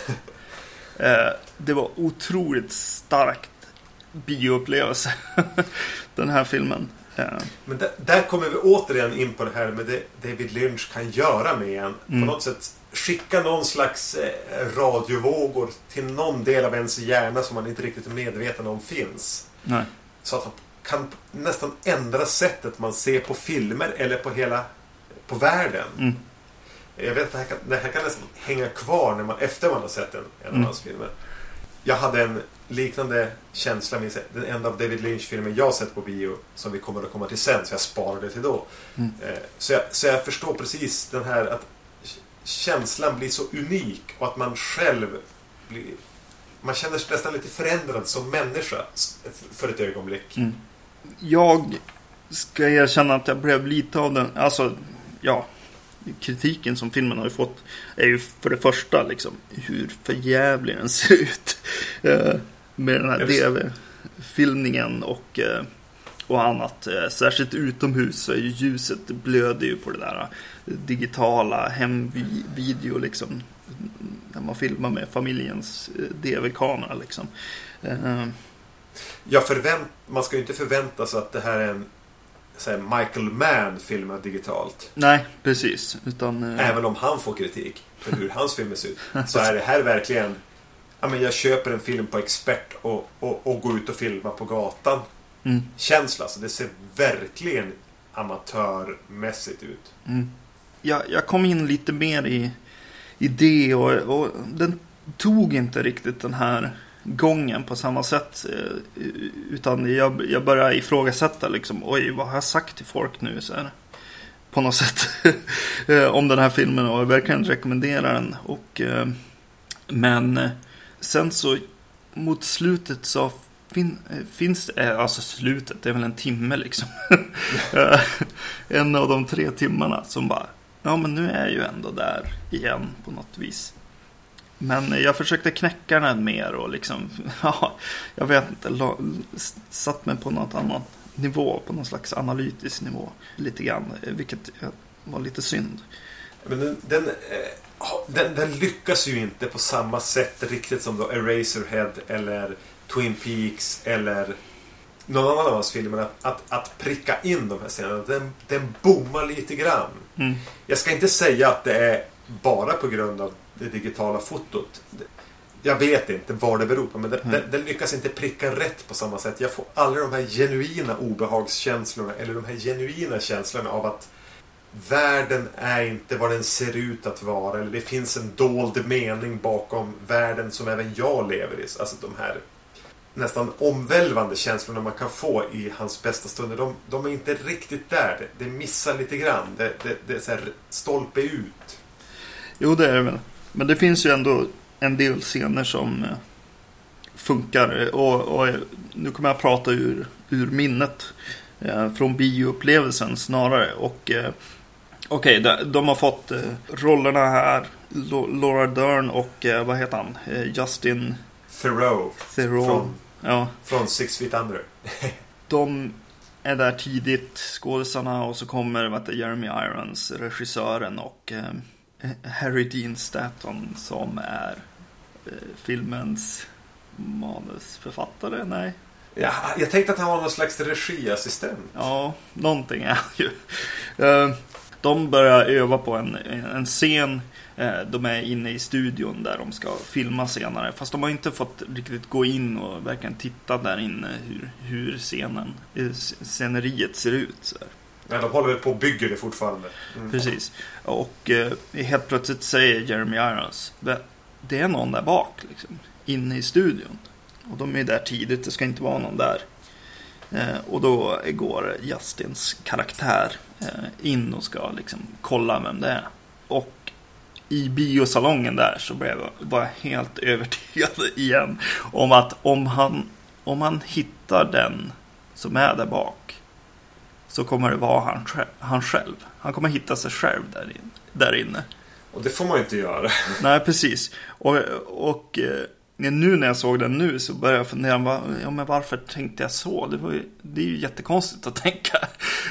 Det var otroligt starkt bioupplevelse, den här filmen. Men där kommer vi återigen in på det här med det David Lynch kan göra med en. På något sätt skicka någon slags radiovågor till någon del av ens hjärna som man inte riktigt är medveten om finns. Nej. Så att man kan nästan ändra sättet man ser på filmer eller på världen. Mm. Jag vet att det här kan nästan hänga kvar efter man har sett en av hans filmer. Jag hade en liknande känsla med den enda av David Lynch-filmen jag sett på bio som vi kommer att komma till sen, så jag sparade det till då. Så jag förstår precis den här att känslan blir så unik och att man själv man känner sig nästan lite förändrad som människa för ett ögonblick. Jag ska erkänna att jag blev lite av den, alltså ja, kritiken som filmen har fått är ju för det första liksom hur förjävlig den ser ut med den här DV-filmningen och annat. Särskilt utomhus så är ju ljuset blöder ju på det där digitala hemvideo liksom, när man filmar med familjens DV-kamera liksom. Man ska ju inte förvänta sig att det här är en Michael Mann filmad digitalt. Nej, precis. Utan, även om han får kritik för hur hans filmer ser ut, så är det här verkligen jag köper en film på expert och går ut och filmar på gatan. Känsla, så det ser verkligen amatörmässigt ut. Jag kom in lite mer i det och den tog inte riktigt den här gången på samma sätt, utan jag började ifrågasätta liksom, oj, vad har jag sagt till folk nu så här, på något sätt om den här filmen, och jag verkligen rekommenderar den. Men sen så mot slutet så finns det, alltså slutet, det är väl en timme liksom en av de 3 timmarna som bara, ja men nu är jag ju ändå där igen på något vis. Men jag försökte knäcka den mer och liksom, jag vet inte, satt mig på något annat nivå, på någon slags analytisk nivå lite grann, vilket var lite synd. Men den lyckas ju inte på samma sätt riktigt som då Eraserhead eller Twin Peaks eller någon annan av hans filmer att pricka in de här scenerna. Den boomar lite grann. Jag ska inte säga att det är bara på grund av det digitala fotot. Jag vet inte vad det beror på, men den lyckas inte pricka rätt på samma sätt. Jag får aldrig de här genuina obehagskänslorna eller de här genuina känslorna av att världen är inte vad den ser ut att vara, eller det finns en dold mening bakom världen som även jag lever i. Alltså de här nästan omvälvande känslorna man kan få i hans bästa stunder, de är inte riktigt där. Det missar lite grann. Det är så här stolpe ut. Jo, det är det väl. Men det finns ju ändå en del scener som funkar. Och nu kommer jag prata ur minnet från bioupplevelsen snarare. Och okej, de har fått rollerna här. Laura Dern och vad heter han? Justin Theroux. Ja. Från 6 Feet Under. De är där tidigt, skådespelarna, och så kommer Jeremy Irons, regissören, och Harry Dean Stanton som är filmens manusförfattare. Nej. Ja, jag tänkte att han var någon slags regiassistent. Ja, någonting är ju. De börjar öva på en scen. De är inne i studion där de ska filma senare. Fast de har inte fått riktigt gå in och verkligen titta där inne hur sceneriet ser ut. Så här. Ja, de håller på och bygger det fortfarande. Precis. Och helt plötsligt säger Jeremy Irons, det är någon där bak liksom, inne i studion. Och de är där tidigt, det ska inte vara någon där. Och då går Justins karaktär in och ska liksom kolla vem det är. Och i biosalongen där så var jag helt övertygad igen om att om han hittar den som är där bak, så kommer det vara han själv. Han kommer hitta sig själv där inne. Och det får man ju inte göra. Nej, precis. Och nu när jag såg den nu så började jag fundera, men varför tänkte jag så? Det är ju jättekonstigt att tänka.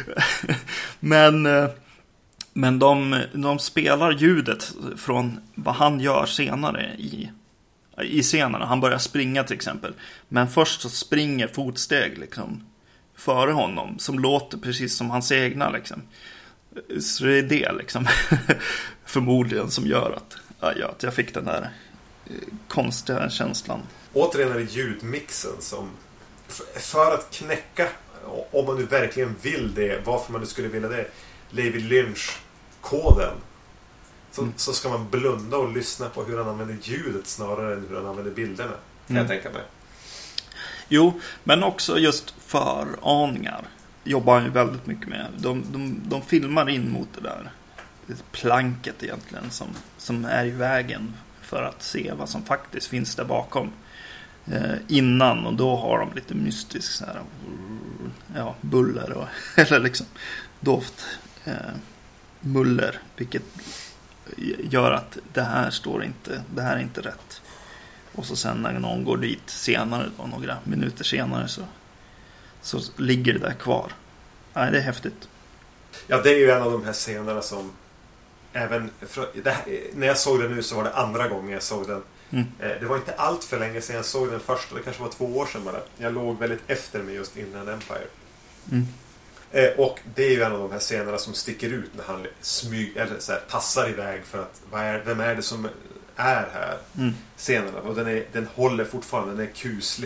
Men de spelar ljudet från vad han gör senare i scenerna. Han börjar springa till exempel. Men först så springer fotsteg liksom före honom som låter precis som hans egna liksom. Så det är det liksom förmodligen som gör att jag fick den där konstiga känslan. Återigen är det ljudmixen som för att knäcka, om man nu verkligen vill det, varför man nu skulle vilja det, David Lynch-koden, så ska man blunda och lyssna på hur han använder ljudet snarare än hur han använder bilderna. kan jag tänka mig. Jo, men också just föraningar jobbar han ju väldigt mycket med. De filmar in mot det där planket egentligen som är i vägen för att se vad som faktiskt finns där bakom innan, och då har de lite mystisk så här, buller och, eller liksom doft, muller, vilket gör att det här är inte rätt. Och så sen när någon går dit senare då, några minuter senare, så ligger det där kvar. Nej, det är häftigt. Ja, det är ju en av de här scenerna som även när jag såg den nu så var det andra gången jag såg den. Det var inte allt för länge sedan jag såg den första. Det kanske var 2 år sedan bara. Jag låg väldigt efter mig just innan Empire. Och det är ju en av de här scenerna som sticker ut när han eller så här, tassar iväg för att vem är det som är här? Scenerna. Och den håller fortfarande. Den är kuslig.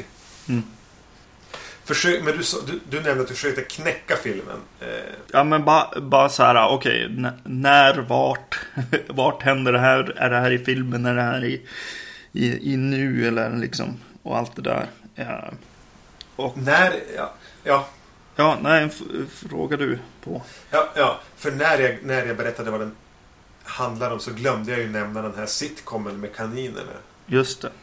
Men du nämnde att du försökte knäcka filmen. Ja, men bara så här, okej, vart händer det här? Är det här i filmen? Är det här i nu? Eller liksom, och allt det där. Ja. Och när, ja, nej, frågar du på. Ja, för när jag berättade vad den handlar om så glömde jag ju nämna den här sitcomen med kaninerna. Just det.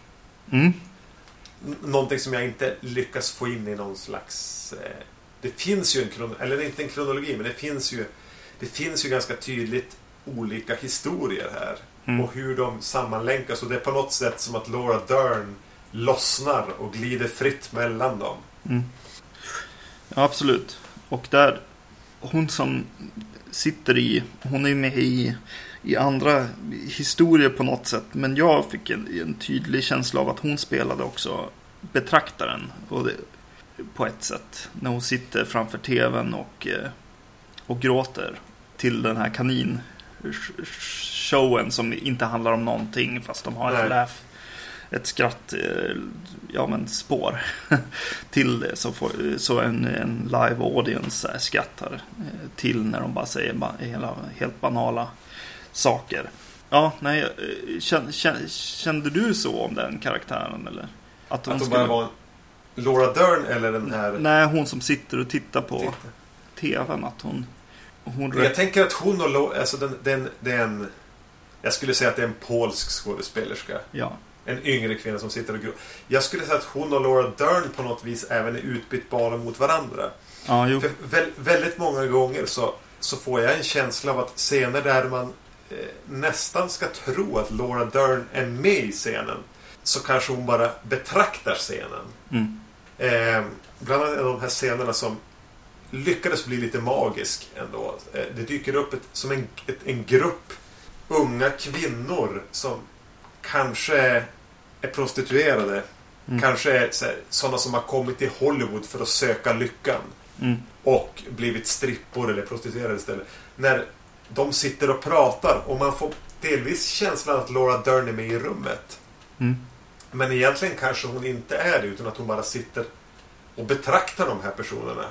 Någonting som jag inte lyckas få in i någon slags... det finns ju eller inte en kronologi, men det finns ju ganska tydligt olika historier här. Och hur de sammanlänkas. Och det är på något sätt som att Laura Dern lossnar och glider fritt mellan dem. Ja, absolut. Och där, hon som sitter hon är med i andra historier på något sätt. Men jag fick en tydlig känsla av att hon spelade också betraktaren. Och på ett sätt. När hon sitter framför tvn och gråter till den här kaninshowen som inte handlar om någonting. Fast de har ett skratt, spår till det. Så en live audience skrattar till när de bara säger helt banala saker. Ja, nej, kände du så om den karaktären eller? Att hon bara var Laura Dern eller den här... Nej, hon som sitter och tittar på tvn, att hon jag tänker att hon och alltså den jag skulle säga att det är en polsk skådespelerska. Ja. En yngre kvinna som sitter och jag skulle säga att hon och Laura Dern på något vis även är utbytbara mot varandra. Ja, jo. För väldigt många gånger så får jag en känsla av att scener där man nästan ska tro att Laura Dern är med i scenen, så kanske hon bara betraktar scenen. Bland annat de här scenerna som lyckades bli lite magisk ändå. Det dyker upp som en grupp unga kvinnor som kanske är prostituerade. Kanske är sådana som har kommit till Hollywood för att söka lyckan. Och blivit strippor eller prostituerade istället. När de sitter och pratar och man får delvis känslan att Laura Dern är med i rummet. Men egentligen kanske hon inte är det, utan att hon bara sitter och betraktar de här personerna.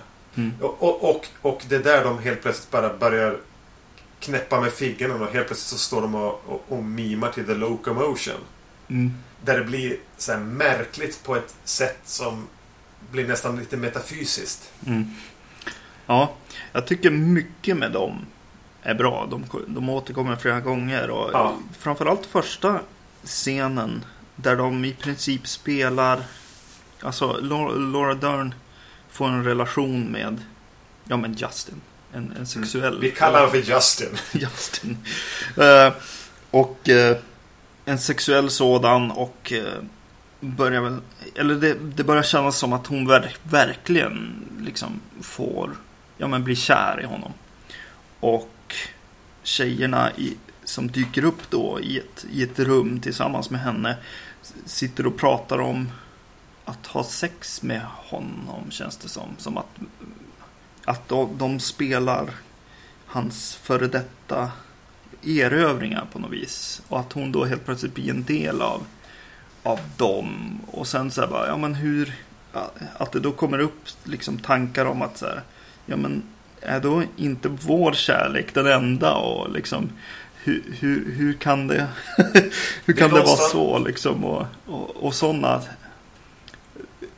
Och det är där de helt plötsligt bara börjar knäppa med fingrarna och helt plötsligt så står de och mimar till The Locomotion. Där det blir så här märkligt på ett sätt som blir nästan lite metafysiskt. Ja, jag tycker mycket med dem är bra. De återkommer flera gånger och framförallt första scenen där de i princip spelar, alltså Laura Dern får en relation med Justin, en sexuell. Vi kallar honom för Justin. Justin. Och en sexuell sådan, och det börjar kännas som att hon verkligen liksom får bli kär i honom. Och tjejerna som dyker upp då i ett rum tillsammans med henne sitter och pratar om att ha sex med honom, känns det som att de spelar hans före detta erövringar på något vis, och att hon då helt plötsligt blir en del av dem. Och sen så här bara, men hur, att det då kommer upp liksom tankar om att så här, är då inte vår kärlek den enda, och liksom hur kan det hur kan det vara så liksom, och sådana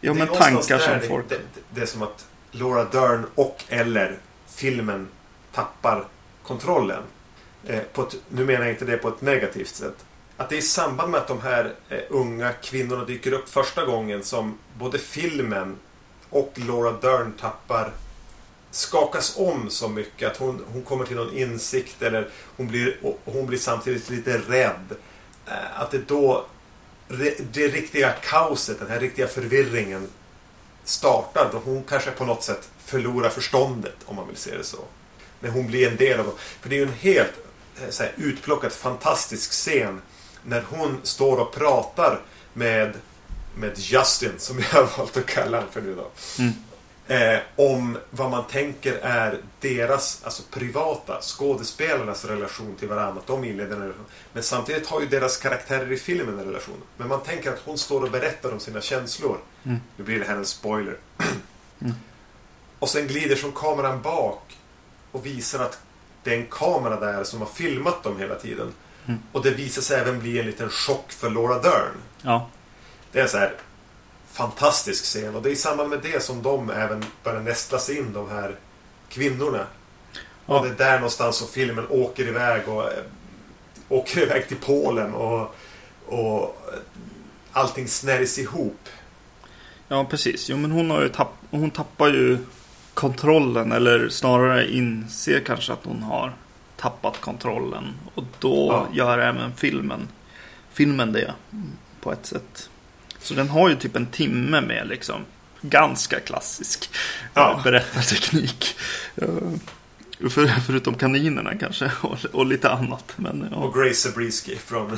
Ja, men tankar som folk... Det är som att Laura Dern och eller filmen tappar kontrollen. Nu menar jag inte det på ett negativt sätt. Att det är i samband med att de här unga kvinnorna dyker upp första gången som både filmen och Laura Dern skakas om så mycket att hon kommer till någon insikt eller hon blir samtidigt lite rädd. Att det då det riktiga kaoset, den här riktiga förvirringen startar då hon kanske på något sätt förlorar förståndet, om man vill se det så. När hon blir en del av... För det är ju en helt så här, utplockad fantastisk scen när hon står och pratar med Justin, som jag har valt att kalla han för nu då. Om vad man tänker är deras, alltså privata skådespelarnas relation till varandra, att de inleder en relation. Men samtidigt har ju deras karaktärer i filmen en relation. Men man tänker att hon står och berättar om sina känslor. Nu blir det här en spoiler. Och sen glider som kameran bak och visar att det är en kamera där som har filmat dem hela tiden. Och det visar sig även bli en liten chock för Laura Dern. Ja. Det är en så här fantastisk scen. Och det är i samband med det som de även börjar nästla sig in, de här kvinnorna. Ja. Och det är där någonstans som filmen åker iväg till Polen och allting snärjs ihop. Ja, precis. Jo, men hon tappar ju kontrollen, eller snarare inser kanske att hon har tappat kontrollen. Och då gör även filmen det på ett sätt. Så den har ju typ en timme med liksom ganska klassisk berättarteknik. Förutom kaninerna kanske och lite annat. Men, ja. Och Grace Zabriskie från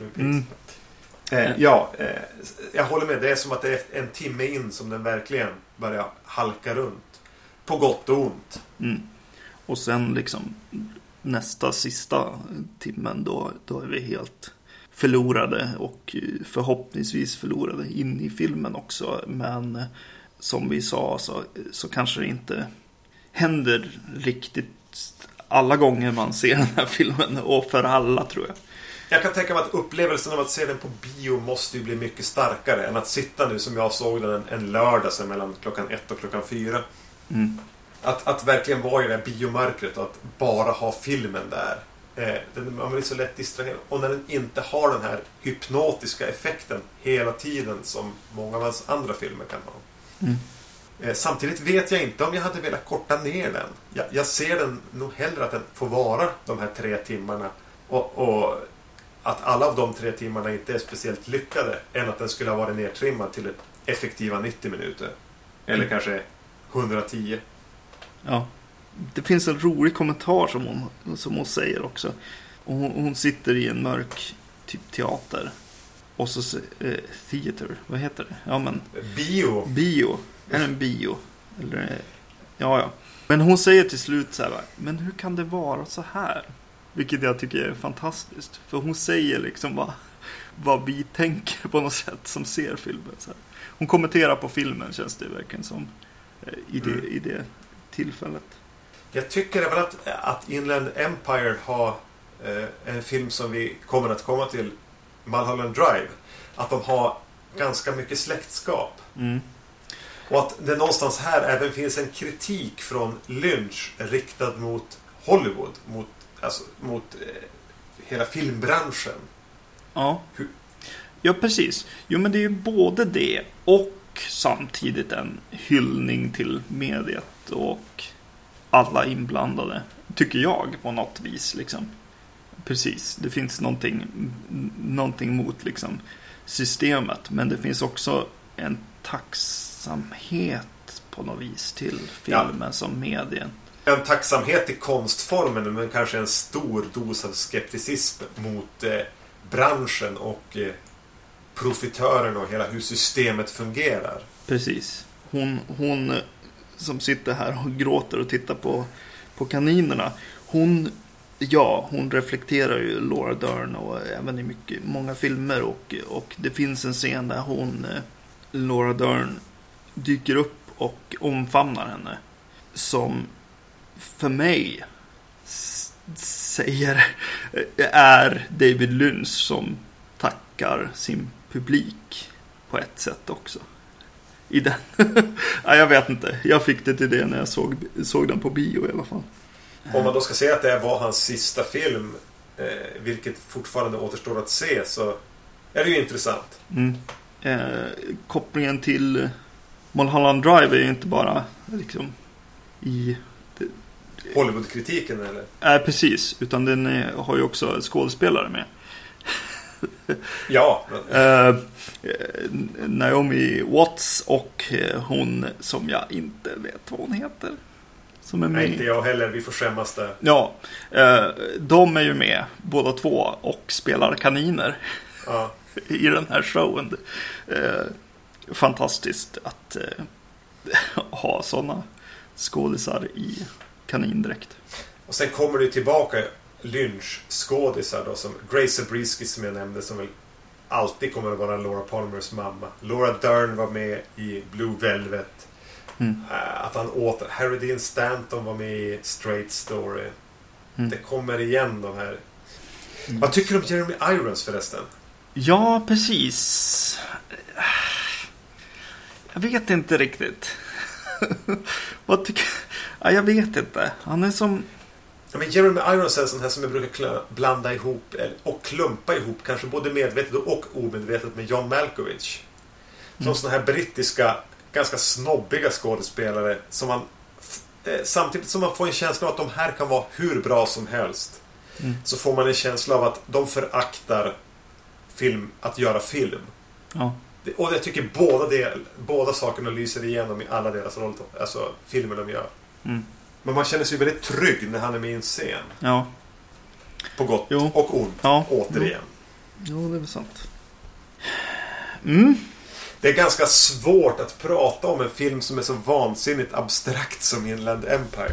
jag håller med. Det är som att det är en timme in som den verkligen börjar halka runt. På gott och ont. Och sen liksom sista timmen då är vi helt förlorade och förhoppningsvis förlorade in i filmen också. Men som vi sa så kanske det inte händer riktigt alla gånger man ser den här filmen, och för alla, tror jag. Jag kan tänka mig att upplevelsen av att se den på bio måste ju bli mycket starkare än att sitta nu som jag såg den en lördag sen mellan klockan 1 och klockan 4. Att verkligen vara i det här biomörkret och att bara ha filmen där. Man blir så lätt distraherad. Och när den inte har den här hypnotiska effekten hela tiden som många av hans andra filmer kan ha. Samtidigt vet jag inte om jag hade velat korta ner den. Jag ser den nog hellre att den får vara de här 3 timmarna. Och att alla av de 3 timmarna inte är speciellt lyckade, än att den skulle ha varit nedtrimmad till effektiva 90 minuter. Eller kanske 110. Ja. Det finns en rolig kommentar som hon säger också. Och hon sitter i en mörk typ teater. Och så theater, vad heter det? Ja, men bio. Är det en bio? Eller ja. Men hon säger till slut så här: men hur kan det vara så här? Vilket jag tycker är fantastiskt. För hon säger liksom vad vi tänker på något sätt som ser filmen så här. Hon kommenterar på filmen, känns det verkligen som i det tillfället. Jag tycker även att Inland Empire har en film som vi kommer att komma till, Mulholland Drive, att de har ganska mycket släktskap. Och att det någonstans här även finns en kritik från Lynch riktad mot Hollywood, mot hela filmbranschen. Ja, precis. Jo, men det är ju både det och samtidigt en hyllning till mediet och alla inblandade, tycker jag, på något vis liksom. Precis, det finns någonting mot liksom systemet, men det finns också en tacksamhet på något vis till filmen som medien. En tacksamhet till konstformen, men kanske en stor dos av skepticism mot branschen och profitörerna och hela hur systemet fungerar. Precis. Hon som sitter här och gråter och tittar på kaninerna. Hon reflekterar ju Laura Dern och även i många filmer, och det finns en scen där Laura Dern dyker upp och omfamnar henne, som för mig är David Lynch som tackar sin publik på ett sätt också. i den. Ja, jag vet inte. Jag fick det till det när jag såg den på bio i alla fall. Om man då ska säga att det var hans sista film, vilket fortfarande återstår att se, så är det ju intressant. Kopplingen till Mulholland Drive är ju inte bara liksom i Hollywood-kritiken eller? Nej, precis. Utan den har ju också skådespelare med. Ja. Naomi Watts och hon som jag inte vet vad hon heter. Som är med. Nej, inte jag heller. Vi får skämmas där. Ja, de är ju med båda två och spelar kaniner i den här showen. Fantastiskt att ha sådana skådisar i kanindräkt. Och sen kommer det tillbaka Lynch-skådisar då, som Grace Zabriskie som jag nämnde, som väl alltid kommer att vara Laura Palmers mamma. Laura Dern var med i Blue Velvet. Att Harry Dean Stanton var med i Straight Story. Det kommer igen de här. Vad tycker du om Jeremy Irons förresten? Ja, precis. Jag vet inte riktigt. Vad tycker jag vet inte. Han är som... Ja, men Jeremy Irons är en sån här som jag brukar blanda ihop och klumpa ihop, kanske både medvetet och omedvetet, med John Malkovich. Som såna här brittiska, ganska snobbiga skådespelare som man samtidigt som man får en känsla av att de här kan vara hur bra som helst, så får man en känsla av att de föraktar att göra film. Ja. Och jag tycker båda sakerna lyser igenom i alla deras roller, alltså filmer de gör. Men man känner sig väldigt trygg när han är med i en scen. Ja. På gott och ont. Ja. Återigen. Jo, det är väl sant. Det är ganska svårt att prata om en film som är så vansinnigt abstrakt som Inland Empire.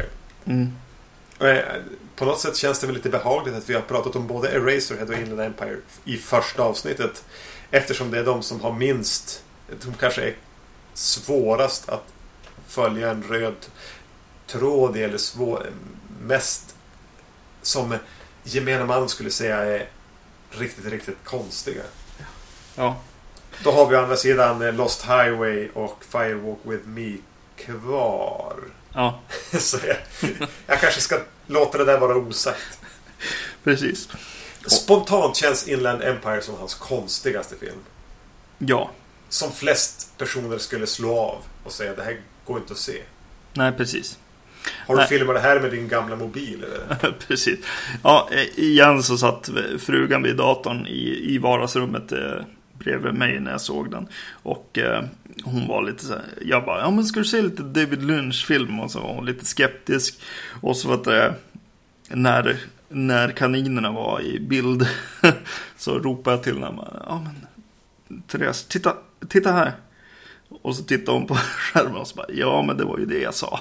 På något sätt känns det väl lite behagligt att vi har pratat om både Eraserhead och Inland Empire i första avsnittet, eftersom det är de som har minst, de kanske är svårast att följa en röd tråd, eller mest som gemene man skulle säga är riktigt, riktigt konstiga. Ja. Då har vi å andra sidan Lost Highway och Firewalk With Me kvar. Ja. Så jag kanske ska låta det där vara osagt. Precis. Spontant känns Inland Empire som hans konstigaste film. Ja. Som flest personer skulle slå av och säga det här går inte att se. Nej, precis. Har du filmat det här med din gamla mobil eller? Precis. Ja, igen så satt frugan vid datorn i vardagsrummet bredvid mig när jag såg den. Och hon var lite så här, jag bara, ja men ska du se lite David Lynch-film? Och så var hon lite skeptisk. Och så var det när kaninerna var i bild så ropade jag till henne, ja men Therese, titta här. Och så tittade hon på skärmen och så bara, ja men det var ju det jag sa.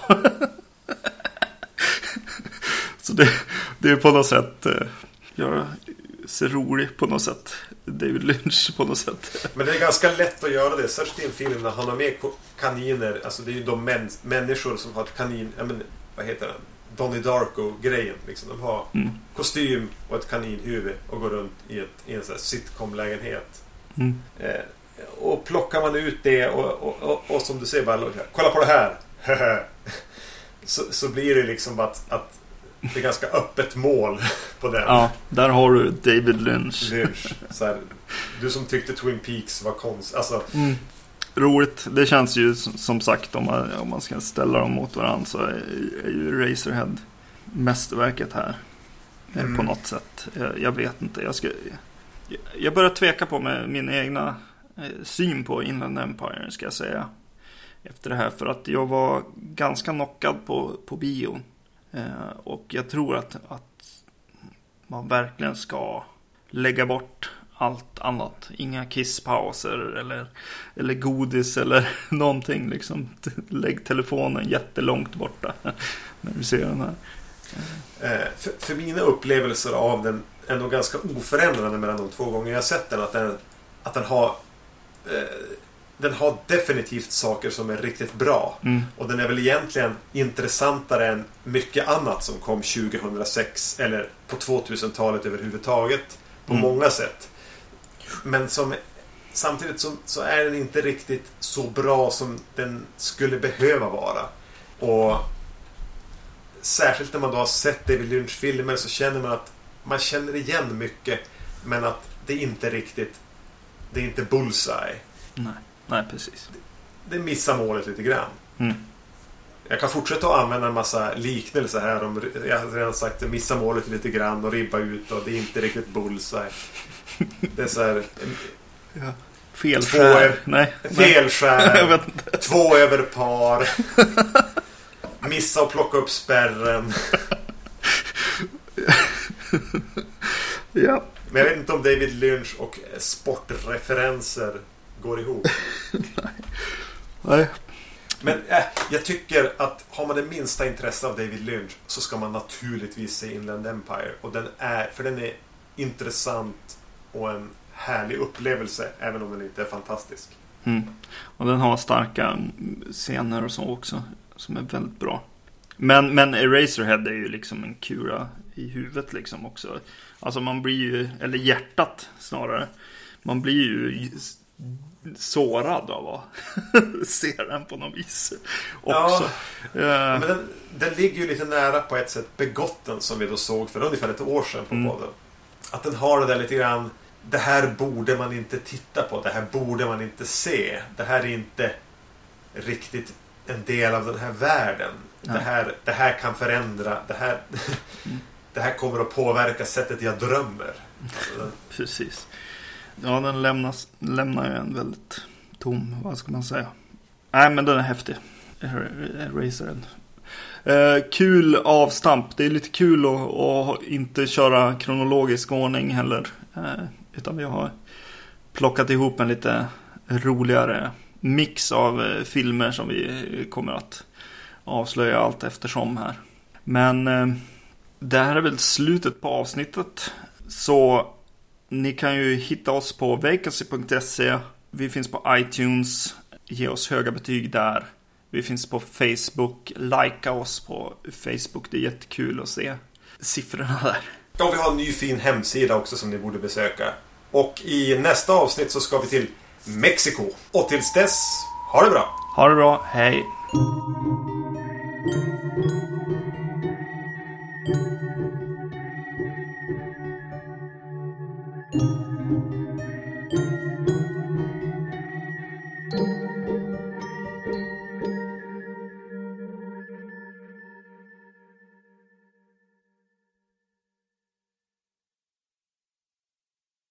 Så det är på något sätt jag ser rolig på något sätt. David Lynch på något sätt. Men det är ganska lätt att göra det. Särskilt i en film när han har med kaniner. Alltså det är ju de människor som har ett kanin, vad heter den? Donnie Darko-grejen. Liksom. De har kostym och ett kaninhuvud och går runt i en sån här sitcom-lägenhet. Och plockar man ut det och som du säger bara, kolla på det här. så blir det liksom att det är ganska öppet mål på den. Ja, där har du David Lynch. Så här, du som tyckte Twin Peaks var konstigt. Alltså. Roligt. Det känns ju som sagt om man ska ställa dem mot varandra så är ju Eraserhead mästerverket här. På något sätt. Jag vet inte. Jag börjar tveka på med min egna syn på Inland Empire, ska jag säga. Efter det här, för att jag var ganska knockad på bio. Och jag tror att man verkligen ska lägga bort allt annat. Inga kisspauser eller godis eller någonting. Liksom. Lägg telefonen jättelångt borta när du ser den här. För mina upplevelser av den är nog ganska oförändrade mellan de 2 gånger jag har sett den. Att den har definitivt saker som är riktigt bra. Och den är väl egentligen intressantare än mycket annat som kom 2006 eller på 2000-talet överhuvudtaget på många sätt. Men som samtidigt så är den inte riktigt så bra som den skulle behöva vara. Och särskilt när man då har sett David Lynch-filmer så känner man att man känner igen mycket, men att det inte riktigt, det är inte bullseye. Nej, precis. Det missar målet lite grann. Jag kan fortsätta att använda en massa liknelser här. Jag har redan sagt att missa målet lite grann och ribba ut, och det är inte riktigt bullseye. Det är så här... Ja. Felskär. Felskär. 2 över par. Missa och plocka upp spärren. Ja. Men jag vet inte om David Lynch och sportreferenser går ihop. Nej. Men jag tycker att har man det minsta intresse av David Lynch så ska man naturligtvis se Inland Empire. Och den är intressant och en härlig upplevelse, även om den inte är fantastisk. Och den har starka scener och så också, som är väldigt bra. Men Eraserhead är ju liksom en kura i huvudet liksom också. Alltså man blir ju, eller hjärtat snarare, man blir ju sårad av att se den på något vis också. Ja, men den ligger ju lite nära på ett sätt Begotten, som vi då såg för ungefär ett år sedan på podden. Att den har det där lite grann, det här borde man inte titta på, det här borde man inte se, det här är inte riktigt en del av den här världen. Det här kan förändra, det här kommer att påverka sättet jag drömmer. Alltså, precis. Ja, den lämnar ju en väldigt tom, vad ska man säga. Nej, men den är häftig. Eraserhead. Kul avstamp. Det är lite kul att inte köra kronologisk ordning heller. Utan vi har plockat ihop en lite roligare mix av filmer som vi kommer att avslöja allt eftersom här. Men det här är väl slutet på avsnittet. Så ni kan ju hitta oss på vacancy.se. Vi finns på iTunes. Ge oss höga betyg där. Vi finns på Facebook. Likea oss på Facebook. Det är jättekul att se siffrorna där. Ja, vi har en ny fin hemsida också som ni borde besöka. Och i nästa avsnitt så ska vi till Mexiko. Och tills dess, ha det bra. Ha det bra, hej. Thank you.